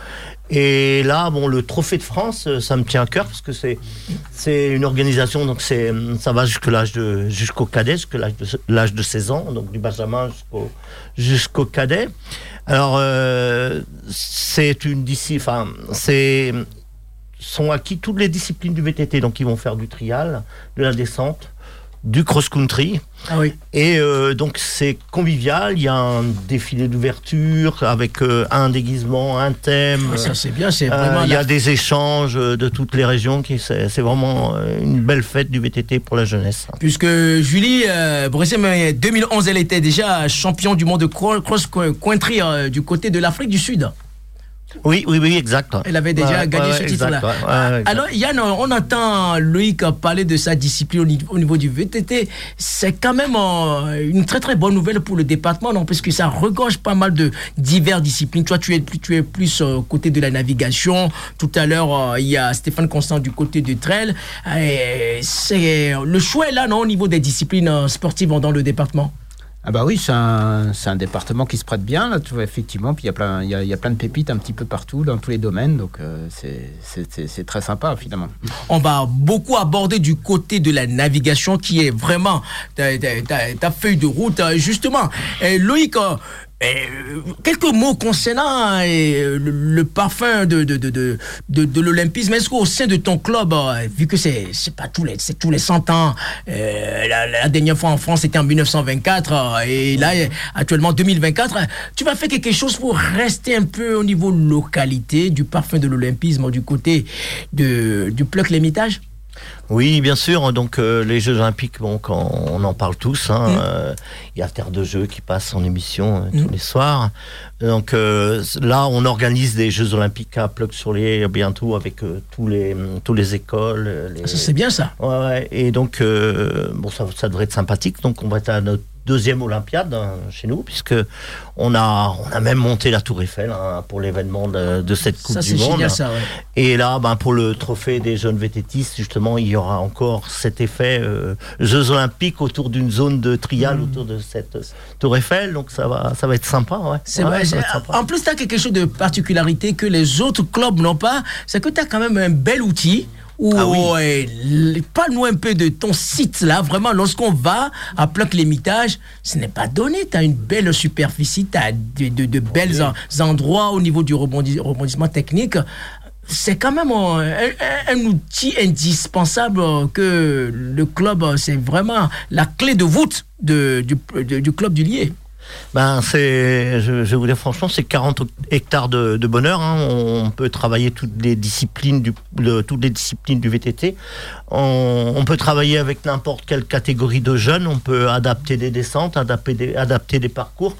Et là, bon, le trophée de France, ça me tient à cœur parce que c'est c'est une organisation, donc c'est ça va jusqu'à l'âge de jusqu'au cadet, jusqu'à l'âge de l'âge de seize ans, donc du benjamin jusqu'au jusqu'au cadet. Alors euh, c'est une discipline, enfin c'est sont acquis toutes les disciplines du V T T, donc ils vont faire du trial, de la descente, du cross-country. Ah oui. Et euh, donc c'est convivial, il y a un défilé d'ouverture avec euh, un déguisement, un thème. Ah, ça c'est bien, c'est vraiment. Il euh, y a des échanges de toutes les régions, qui c'est, c'est vraiment une belle fête du V T T pour la jeunesse. Puisque Julie euh, Bressem, deux mille onze, elle était déjà championne du monde de cross-country euh, du côté de l'Afrique du Sud. Oui, oui, oui, exact. Elle avait déjà ouais, gagné ouais, ce exact, titre-là. Ouais, ouais, Alors, Yann, on entend Loïc parler de sa discipline au niveau, au niveau du V T T. C'est quand même euh, une très très bonne nouvelle pour le département, non, parce que ça regorge pas mal de diverses disciplines. Toi, tu es plus, tu es plus euh, côté de la navigation. Tout à l'heure, euh, il y a Stéphane Constant du côté du trail. Et c'est le choix est là, non, au niveau des disciplines euh, sportives dans le département. Ah bah oui, c'est un, c'est un département qui se prête bien, là, tu vois, effectivement. Puis il y a plein, il y a, il y a plein de pépites un petit peu partout, dans tous les domaines. Donc euh, c'est, c'est, c'est, c'est très sympa, finalement. On va beaucoup aborder du côté de la navigation, qui est vraiment ta, ta, ta, ta feuille de route. Justement, et Loïc, euh, Euh, quelques mots concernant euh, le, le parfum de, de, de, de, de, de l'olympisme. Est-ce qu'au sein de ton club, euh, vu que c'est, c'est pas tous les, c'est tous les cent ans, euh, la, la dernière fois en France c'était en dix-neuf cent vingt-quatre, euh, et là actuellement deux mille vingt-quatre, tu vas faire quelque chose pour rester un peu au niveau localité du parfum de l'olympisme du côté de, du Pleuc-Lémitage? Oui, bien sûr. Donc euh, les Jeux Olympiques, bon, quand on en parle tous, hein, il mmh. euh, y a Terre de Jeux qui passe en émission euh, tous mmh. les soirs. Donc euh, là, on organise des Jeux Olympiques à Pleuc-sur-Léa bientôt avec euh, tous les tous les écoles. Les... Ça, c'est bien ça. Ouais, ouais. Et donc euh, bon, ça, ça devrait être sympathique. Donc on va être à notre deuxième Olympiade hein, chez nous, puisque on a on a même monté la Tour Eiffel hein, pour l'événement de, de cette Coupe ça, du c'est Monde. Génial, ça, ouais. Et là, ben pour le trophée des jeunes vététistes, justement, il y aura encore cet effet euh, Jeux Olympiques autour d'une zone de trial mmh. autour de cette Tour Eiffel. Donc ça va ça va être sympa. Ouais. C'est ouais, vrai. C'est... Sympa. En plus, tu as quelque chose de particularité que les autres clubs n'ont pas, c'est que tu as quand même un bel outil. Ou ah oui. ouais, parle-nous un peu de ton site là. Vraiment, lorsqu'on va à Pleuc-Lémitage, ce n'est pas donné. Tu as une belle superficie, tu as de, de, de belles oui. endroits au niveau du rebondi, rebondissement technique. C'est quand même un, un, un outil indispensable que le club, c'est vraiment la clé de voûte de, du, de, du club du Lier. Ben c'est, je, je vais vous dire franchement, c'est quarante hectares de, de bonheur. Hein. On peut travailler toutes les disciplines du, de, toutes les disciplines du V T T. On, on peut travailler avec n'importe quelle catégorie de jeunes. On peut adapter des descentes, adapter des, adapter des parcours.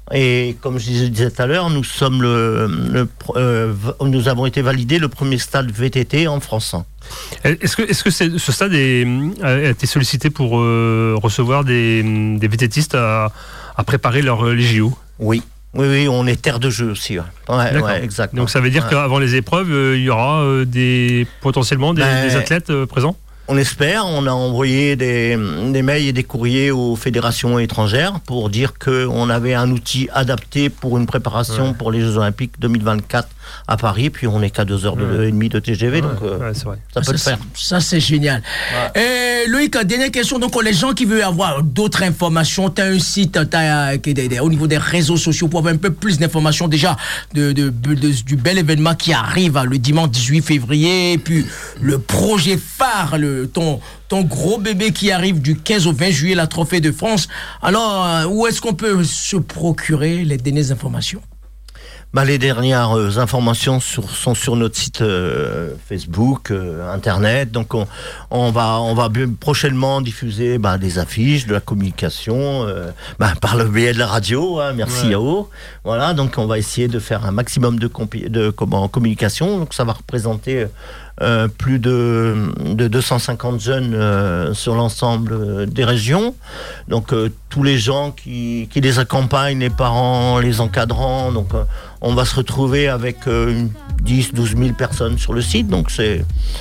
Et comme je disais tout à l'heure, nous sommes le, le euh, nous avons été validés le premier stade V T T en France. Est-ce que, est-ce que c'est, ce stade est, a été sollicité pour euh, recevoir des, des vététistes à, à préparer leur, les J O? Oui. Oui, oui, on est terre de jeu aussi. Ouais, ouais, ouais exactement. Donc ça veut dire ouais. qu'avant les épreuves, euh, il y aura euh, des, potentiellement des, ben, des athlètes euh, présents? On espère, on a envoyé des, des mails et des courriers aux fédérations étrangères pour dire qu'on avait un outil adapté pour une préparation ouais. pour les Jeux Olympiques deux mille vingt-quatre à Paris, puis on n'est qu'à deux heures et demie de T G V, ouais. donc euh, ouais, c'est vrai. ça peut ça, le faire. Ça, c'est génial. Ouais. Et Loïc, dernière question, donc les gens qui veulent avoir d'autres informations, tu as un site t'as, qui est, au niveau des réseaux sociaux pour avoir un peu plus d'informations déjà de, de, de, de, du bel événement qui arrive le dimanche dix-huit février, puis le projet phare, le Ton, ton gros bébé qui arrive du quinze au vingt juillet, la Trophée de France. Alors, euh, où est-ce qu'on peut se procurer les dernières informations? Bah, les dernières euh, informations sur, sont sur notre site euh, Facebook, euh, Internet. Donc, on, on va, on va prochainement diffuser bah, des affiches, de la communication, euh, bah, par le biais de la radio. Hein, merci ouais. Yao. Voilà, donc on va essayer de faire un maximum de, compi- de comment, communication. Donc, ça va représenter Euh, plus de, de deux cent cinquante jeunes euh, sur l'ensemble euh, des régions. Donc euh, tous les gens qui, qui les accompagnent, les parents, les encadrants. Donc euh, on va se retrouver avec euh, dix à douze mille personnes sur le site. Donc c'est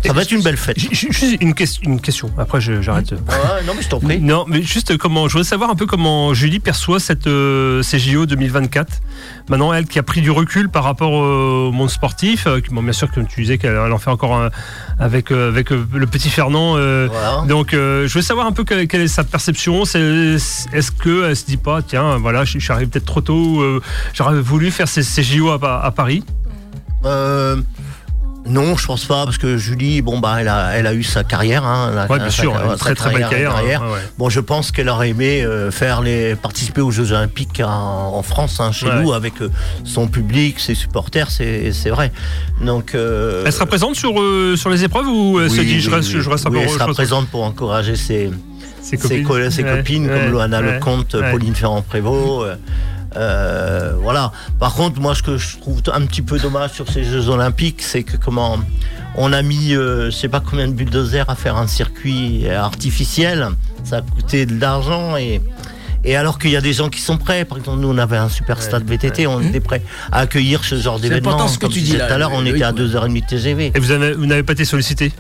Ça va être une belle fête. Juste une, question, une question. Après, je, j'arrête. Ouais, non, mais je t'en prie. Non, mais juste comment. Je voudrais savoir un peu comment Julie perçoit cette, euh, ces J O deux mille vingt-quatre. Maintenant, elle qui a pris du recul par rapport au monde sportif. Euh, bon, bien sûr, comme tu disais, qu'elle en fait encore un, avec, euh, avec euh, le petit Fernand. Euh, voilà. Donc, euh, je veux savoir un peu quelle, quelle est sa perception. C'est, est-ce qu'elle se dit pas, tiens, voilà, je, je suis arrivé peut-être trop tôt. Euh, j'aurais voulu faire ces, ces J O à, à Paris. Euh. Non, je pense pas, parce que Julie, bon bah, elle a, elle a eu sa carrière, hein, ouais, bien sûr, une très très belle carrière. carrière. Hein, ouais. Bon, je pense qu'elle aurait aimé euh, faire les, participer aux Jeux Olympiques en, en France, hein, chez ouais. nous, avec euh, son public, ses supporters, c'est, c'est vrai. Donc, euh, elle sera présente sur euh, sur les épreuves ou elle oui, se dit je reste, oui, je reste oui, encore. Elle sera présente pour encourager ses, ses copines, ses, co- ses ouais, copines ouais, comme Loana ouais, Lecomte, ouais. Pauline Ferrand-Prévot. Euh, Euh, voilà. Par contre, moi, ce que je trouve un petit peu dommage sur ces Jeux Olympiques, c'est que comment on a mis, euh, je sais pas combien de bulldozers à faire un circuit artificiel. Ça a coûté de l'argent et et alors qu'il y a des gens qui sont prêts. Par exemple, nous, on avait un super stade V T T, on était prêts à accueillir ce genre d'événement. C'est important ce que Comme tu dis là. Tout à l'heure, on était à deux heures trente de T G V. Et vous avez, vous n'avez pas été sollicité?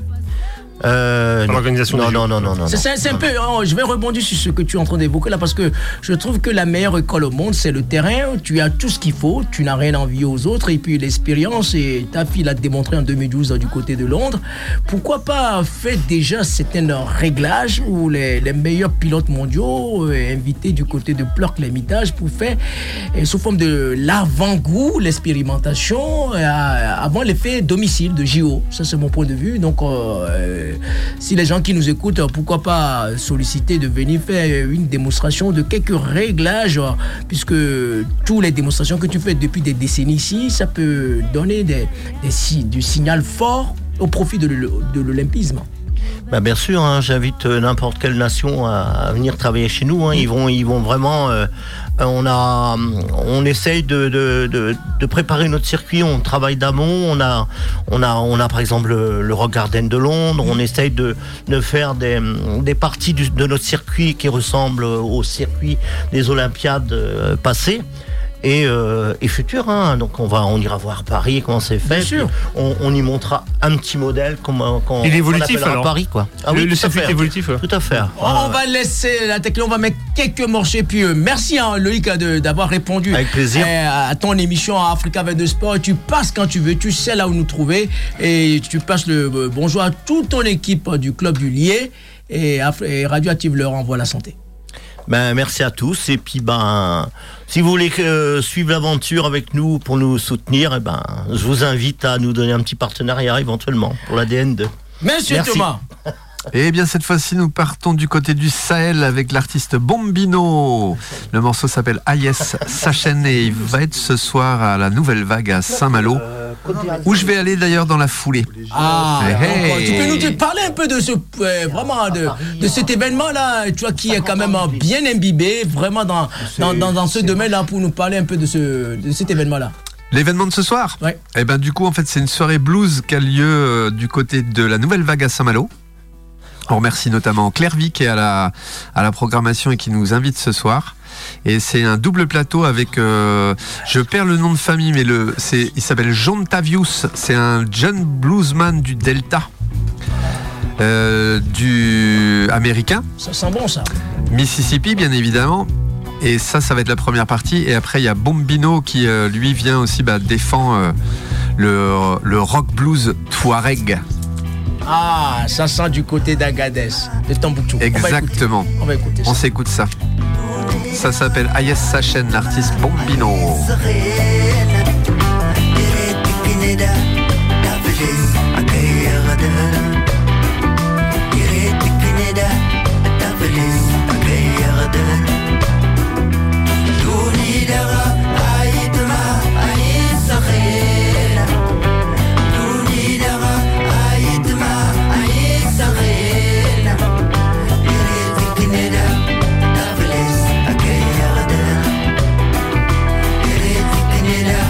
Euh, Par l'organisation non, des non, non, non, non, c'est, c'est, c'est un peu. Oh, je vais rebondir sur ce que tu es en train d'évoquer là parce que je trouve que la meilleure école au monde, c'est le terrain. Tu as tout ce qu'il faut, tu n'as rien à envier aux autres et puis l'expérience. Et ta fille l'a démontré en deux mille douze du côté de Londres. Pourquoi pas faire déjà certains réglages où les, les meilleurs pilotes mondiaux euh, invités du côté de Plurk-L'Hermitage pour faire euh, sous forme de l'avant-goût, l'expérimentation euh, avant l'effet domicile de J O. Ça, c'est mon point de vue. Donc, euh, si les gens qui nous écoutent, pourquoi pas solliciter de venir faire une démonstration de quelques réglages, puisque toutes les démonstrations que tu fais depuis des décennies ici, ça peut donner des, des, du signal fort au profit de, de l'olympisme. Bah bien sûr, hein, j'invite n'importe quelle nation à, à venir travailler chez nous. Hein. Ils vont, ils vont vraiment. Euh, on a, on essaye de, de, de, de préparer notre circuit. On travaille d'amont. On a, on a, on a par exemple le, le Rock Garden de Londres. On essaye de, de faire des, des parties du, de notre circuit qui ressemblent au circuit des Olympiades euh, passées. Et, euh, et futur, hein. Donc on va, on ira voir Paris comment c'est fait. Bien sûr. On, on y montrera un petit modèle comment qu'on. Il est évolutif alors. Paris quoi. Ah oui, le, le circuit est évolutif. Ouais. Tout à fait. Oh, on va laisser la techno, on va mettre quelques morceaux. Puis euh, merci hein, Loïc de, d'avoir répondu. Avec plaisir. Euh, à ton émission à Africa vingt-deux Sport. Tu passes quand tu veux, tu sais là où nous trouver et tu passes le euh, bonjour à toute ton équipe euh, du club du Lier et, et Radioactive leur envoie la santé. Ben, merci à tous et puis ben si vous voulez euh, suivre l'aventure avec nous pour nous soutenir, eh ben je vous invite à nous donner un petit partenariat éventuellement pour l'A D N deux. Monsieur merci. Thomas. Et bien cette fois-ci nous partons du côté du Sahel avec l'artiste Bombino. Le morceau s'appelle Ayes Sachen et il va être ce soir à la Nouvelle Vague à Saint-Malo où je vais aller d'ailleurs dans la foulée. Ah, hey, hey. Tu peux nous dire, parler un peu de ce euh, vraiment de, de cet événement là, tu vois qui est quand même bien imbibé vraiment dans dans, dans, dans ce domaine là pour nous parler un peu de ce de cet événement là. L'événement de ce soir. Ouais. Et ben du coup en fait c'est une soirée blues qui a lieu euh, du côté de la Nouvelle Vague à Saint-Malo. On remercie notamment Claire Vic qui est à la, à la programmation et qui nous invite ce soir. Et c'est un double plateau avec, euh, je perds le nom de famille, mais le, c'est, il s'appelle John Tavius. C'est un jeune bluesman du Delta, euh, du américain. Ça sent bon ça. Mississippi bien évidemment. Et ça, ça va être la première partie. Et après, il y a Bombino qui, euh, lui, vient aussi bah, défend euh, le, le rock blues Touareg. Ah, ça sent du côté d'Agadez, de Tombouctou. Exactement. On va écouter, on va écouter ça. On s'écoute ça. Ça s'appelle Ayes Sachen, l'artiste Bombino. It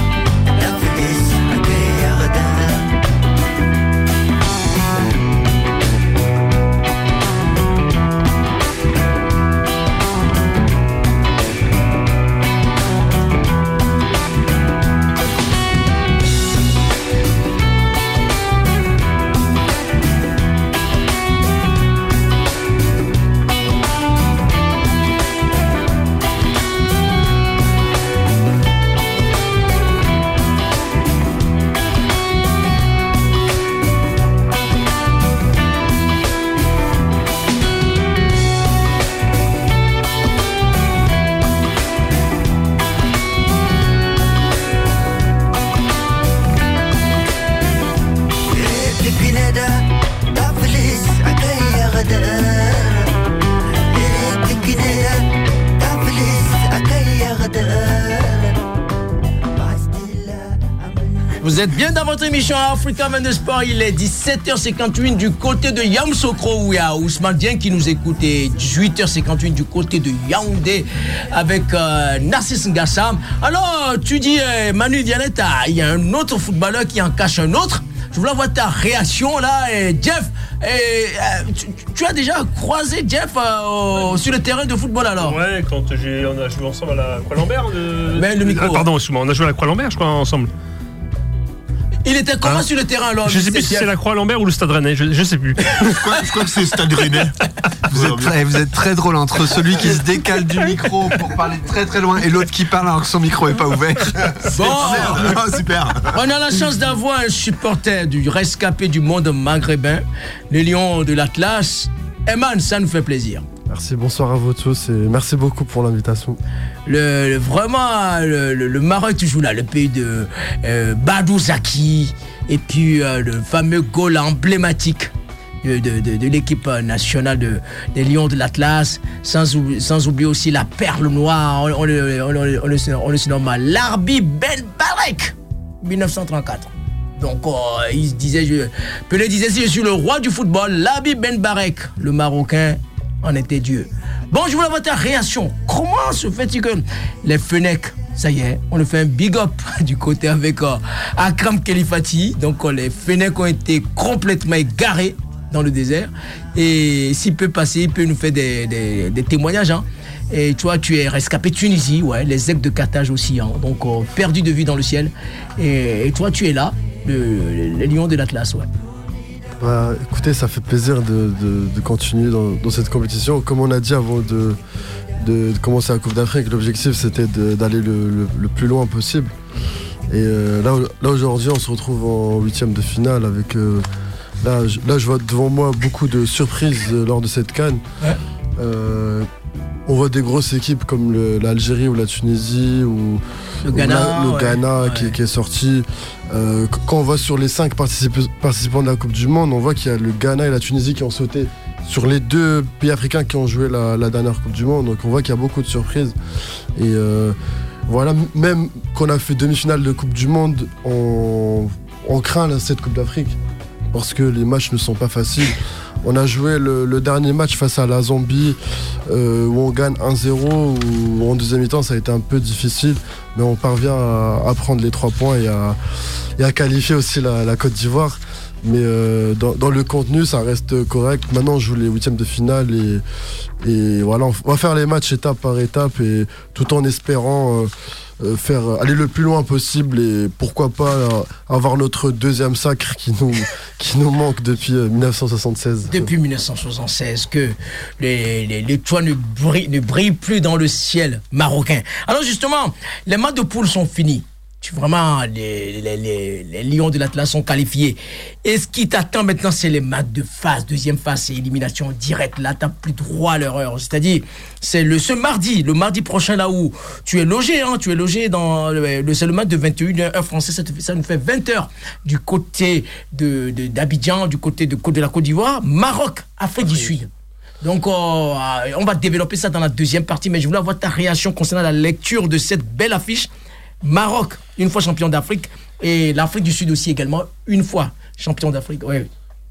Vous êtes bien dans votre émission Africa Man de Sport. Il est dix-sept heures cinquante-huit du côté de Yamoussoukro où il y a Ousmane Dieng qui nous écoute et dix-huit heures cinquante-huit du côté de Yaoundé avec euh, Narcisse Ngassam. Alors, tu dis, euh, Manu Vianetta, il y a un autre footballeur qui en cache un autre. Je voulais avoir ta réaction là, et Jeff. Et, euh, tu, tu as déjà croisé Jeff euh, sur le terrain de football alors? Ouais, quand j'ai, on a joué ensemble à la Croix-Lambert. De... Mais le micro. Ah, pardon, excuse-moi, on a joué à la Croix-Lambert, je crois, ensemble. Il était comment hein sur le terrain alors? Je sais plus si c'est la Croix-Lambert ou le Stade Rennais, je, je sais plus. je, crois, je crois que c'est le Stade Rennais. Vous êtes, très, vous êtes très drôle entre celui qui se décale du micro pour parler très très loin et l'autre qui parle alors que son micro est pas ouvert. Bon, oh, super. On a la chance d'avoir un supporter du rescapé du monde maghrébin, les Lions de l'Atlas. Eman, ça nous fait plaisir. Merci, bonsoir à vous tous et merci beaucoup pour l'invitation. Le, le, vraiment, le, le, le Maroc toujours là, le pays de euh, Badou Zaki et puis euh, le fameux goal emblématique de, de, de, de l'équipe nationale de, des Lions de l'Atlas, sans, sans oublier aussi la perle noire, on, on, on, on, on, on le, on le surnomme Larbi Ben Barek, dix-neuf cent trente-quatre. Donc, euh, il se disait, je, Pelé disait, si je suis le roi du football, Larbi Ben Barek, le Marocain, en était Dieu. Bon, je voulais avoir ta réaction. Comment se fait-il que les Fennecs, ça y est, on le fait un big up du côté avec euh, Akram Kelifati. Donc, euh, les Fennecs ont été complètement égarés dans le désert. Et s'il peut passer, il peut nous faire des, des, des témoignages. Hein. Et toi, tu es rescapé Tunisie, ouais, les Aigles de Carthage aussi. Hein. Donc, euh, perdu de vue dans le ciel. Et, et toi, tu es là, le, les Lions de l'Atlas, ouais. Bah, écoutez, ça fait plaisir de, de, de continuer dans, dans cette compétition. Comme on a dit avant de, de, de commencer la Coupe d'Afrique, l'objectif c'était de, d'aller le, le, le plus loin possible. Et euh, là, là aujourd'hui, on se retrouve en huitième de finale avec. Euh, là, je, là, je vois devant moi beaucoup de surprises euh, lors de cette CAN. Ouais. Euh, on voit des grosses équipes comme le, l'Algérie ou la Tunisie ou le Ghana, la, le ouais. Ghana ouais. Qui, qui est sorti. Euh, quand on voit sur les cinq particip- participants de la Coupe du Monde, on voit qu'il y a le Ghana et la Tunisie qui ont sauté sur les deux pays africains qui ont joué la, la dernière Coupe du Monde. Donc on voit qu'il y a beaucoup de surprises. Et euh, voilà, même qu'on a fait demi-finale de Coupe du Monde, on, on craint là, cette Coupe d'Afrique parce que les matchs ne sont pas faciles. On a joué le, le dernier match face à la Zambie euh, où on gagne un zéro, où en deuxième mi-temps ça a été un peu difficile, mais on parvient à, à prendre les trois points et à, et à qualifier aussi la, la Côte d'Ivoire. Mais euh, dans, dans le contenu ça reste correct. Maintenant on joue les huitièmes de finale et, et voilà, on va faire les matchs étape par étape et tout en espérant euh, faire aller le plus loin possible et pourquoi pas euh, avoir notre deuxième sacre qui nous, qui nous manque depuis euh, dix-neuf cent soixante-seize. Depuis dix-neuf cent soixante-seize que les, les, les toits ne brillent, ne brillent plus dans le ciel marocain. Alors justement, les matchs de poule sont finis. Tu, vraiment, les, les, les, les Lions de l'Atlas sont qualifiés. Et ce qui t'attend maintenant, c'est les matchs de phase. Deuxième phase, c'est élimination directe. Là, tu n'as plus droit à l'erreur. C'est-à-dire, c'est le, ce mardi, le mardi prochain, là où tu es logé. Hein, tu es logé dans le, le, c'est le match de vingt et une heures français. Ça, te fait, ça nous fait vingt heures du côté de, de, d'Abidjan, du côté de, de la Côte d'Ivoire. Maroc, Afrique oui. du Sud. Donc, euh, on va développer ça dans la deuxième partie. Mais je voulais avoir ta réaction concernant la lecture de cette belle affiche. Maroc, une fois champion d'Afrique, et l'Afrique du Sud aussi également, une fois champion d'Afrique. Oui,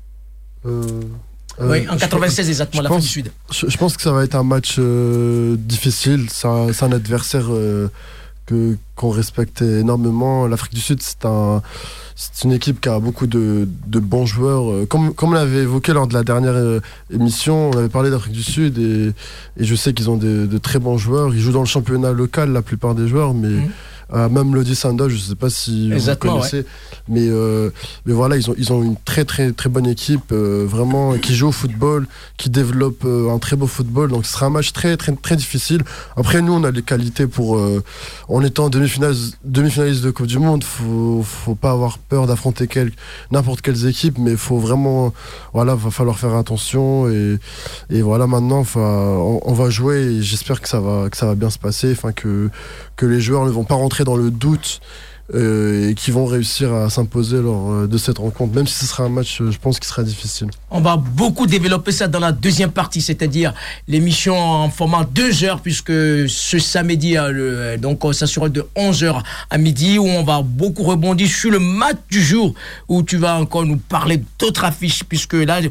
euh, oui en quatre-vingt-seize exactement, l'Afrique pense, du Sud. Je, je pense que ça va être un match euh, difficile. C'est un, c'est un adversaire euh, que, qu'on respecte énormément. L'Afrique du Sud, c'est, un, c'est une équipe qui a beaucoup de, de bons joueurs. Comme, comme on l'avait évoqué lors de la dernière euh, émission, on avait parlé d'Afrique du Sud et, et je sais qu'ils ont de, de très bons joueurs. Ils jouent dans le championnat local, la plupart des joueurs, mais... Mmh. Euh, même Lodi Sanda, je ne sais pas si Exactement, vous connaissez, ouais. mais, euh, mais voilà, ils ont, ils ont une très très très bonne équipe, euh, vraiment, qui joue au football, qui développe euh, un très beau football, donc ce sera un match très très très difficile. Après, nous, on a les qualités pour, euh, en étant demi-finaliste, demi-finaliste de Coupe du Monde, faut faut pas avoir peur d'affronter quel, n'importe quelles équipes, mais il faut vraiment, voilà, va falloir faire attention et, et voilà, maintenant, on, on va jouer et j'espère que ça va que ça va bien se passer, enfin que que les joueurs ne vont pas rentrer dans le doute euh, et qui vont réussir à s'imposer lors de cette rencontre, même si ce sera un match, je pense, qui sera difficile. On va beaucoup développer ça dans la deuxième partie, c'est-à-dire l'émission en format deux heures, puisque ce samedi, le, donc ça sera de onze heures à midi, où on va beaucoup rebondir sur le match du jour, où tu vas encore nous parler d'autres affiches, puisque là,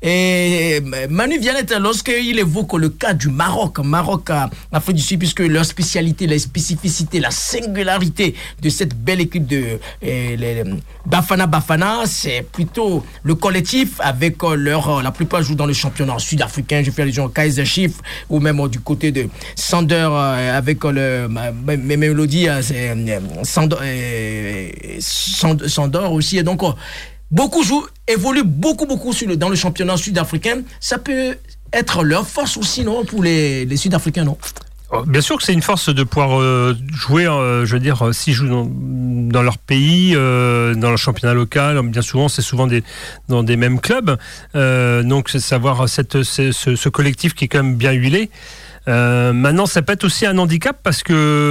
et Manu Vianette, lorsqu'il évoque le cas du Maroc, Maroc, Afrique du Sud, puisque leur spécialité, la spécificité, la singularité de cette belle équipe de eh, les, Bafana Bafana, c'est plutôt le collectif avec euh, leur, la plupart jouent dans le championnat sud-africain. Je fais allusion au Kaiser Chiefs ou même euh, du côté de Sander euh, avec euh, le mes mélodies, euh, c'est euh, Sandor, euh, Sandor aussi. Et donc euh, beaucoup jouent, évoluent beaucoup beaucoup sur le, dans le championnat sud-africain. Ça peut être leur force aussi, non, pour les, les Sud-Africains, non? Bien sûr que c'est une force de pouvoir euh, jouer, euh, je veux dire, euh, s'ils jouent dans, dans leur pays, euh, dans le championnat local, bien souvent, c'est souvent des, dans des mêmes clubs. Euh, donc, c'est savoir cette, ce, ce collectif qui est quand même bien huilé. Euh, maintenant, ça peut être aussi un handicap parce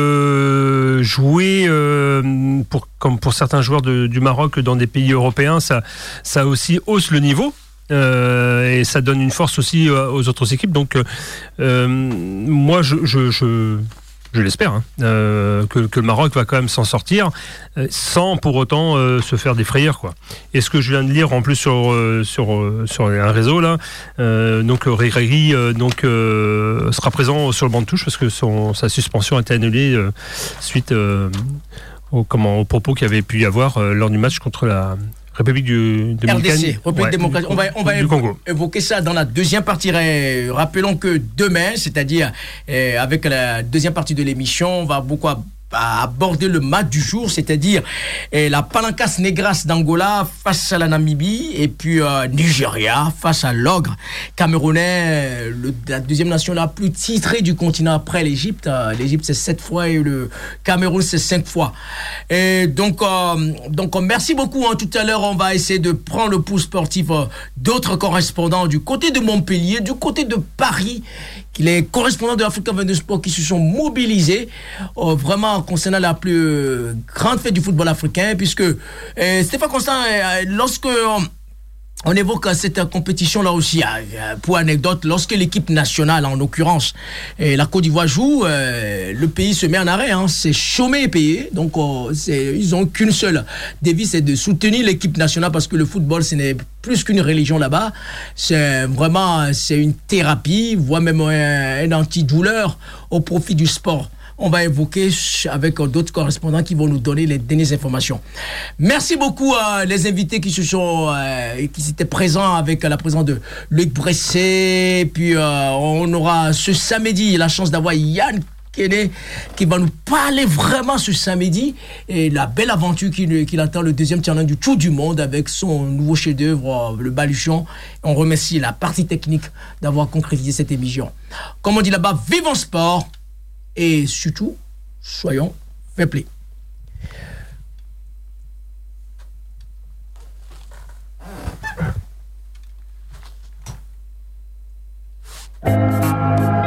que jouer, euh, pour, comme pour certains joueurs de, du Maroc dans des pays européens, ça, ça aussi hausse le niveau. Euh, et ça donne une force aussi euh, aux autres équipes. Donc, euh, moi, je, je, je, je l'espère, hein, euh, que, que le Maroc va quand même s'en sortir euh, sans pour autant euh, se faire des frayeurs, quoi. Et ce que je viens de lire en plus sur euh, sur euh, sur un réseau là, euh, donc Régri euh, donc euh, sera présent sur le banc de touche parce que son sa suspension a été annulée euh, suite euh, au comment aux propos qu'il y avait pu y avoir euh, lors du match contre la République du R D C, République ouais, démocratique. On va, on va du Congo. évoquer ça dans la deuxième partie. Rappelons que demain, c'est-à-dire euh, avec la deuxième partie de l'émission, on va beaucoup à, à aborder le match du jour, c'est-à-dire euh, la Palancas Negras d'Angola face à la Namibie et puis euh, Nigeria face à l'Ogre camerounais, le, la deuxième nation la plus titrée du continent après l'Égypte. Euh, L'Égypte c'est sept fois et le Cameroun c'est cinq fois. Et donc, euh, donc merci beaucoup. Hein. Tout à l'heure, on va essayer de prendre le pouls sportif euh, d'autres correspondants du côté de Montpellier, du côté de Paris, les correspondants de Africa vingt-deux Sport qui se sont mobilisés euh, vraiment concernant la plus euh, grande fête du football africain, puisque euh, Stéphane Constant, euh, lorsque on, on évoque cette compétition là aussi, euh, pour anecdote, lorsque l'équipe nationale, en l'occurrence euh, la Côte d'Ivoire joue, euh, le pays se met en arrêt, hein, c'est chômer et payer, donc euh, c'est, ils n'ont qu'une seule devise, c'est de soutenir l'équipe nationale, parce que le football ce n'est plus qu'une religion là-bas, c'est vraiment c'est une thérapie, voire même un, un antidouleur au profit du sport. On va évoquer avec d'autres correspondants qui vont nous donner les dernières informations. Merci beaucoup à les invités qui se sont, euh, qui étaient présents avec la présence de Luc Bressé. Puis euh, on aura ce samedi la chance d'avoir Yann Kene qui va nous parler vraiment ce samedi et la belle aventure qu'il, qu'il attend, le deuxième challenge du Tour du Monde avec son nouveau chef-d'œuvre, le Baluchon. On remercie la partie technique d'avoir concrétisé cette émission. Comme on dit là-bas, vivons sport. Et surtout, soyons fair play. Thank you.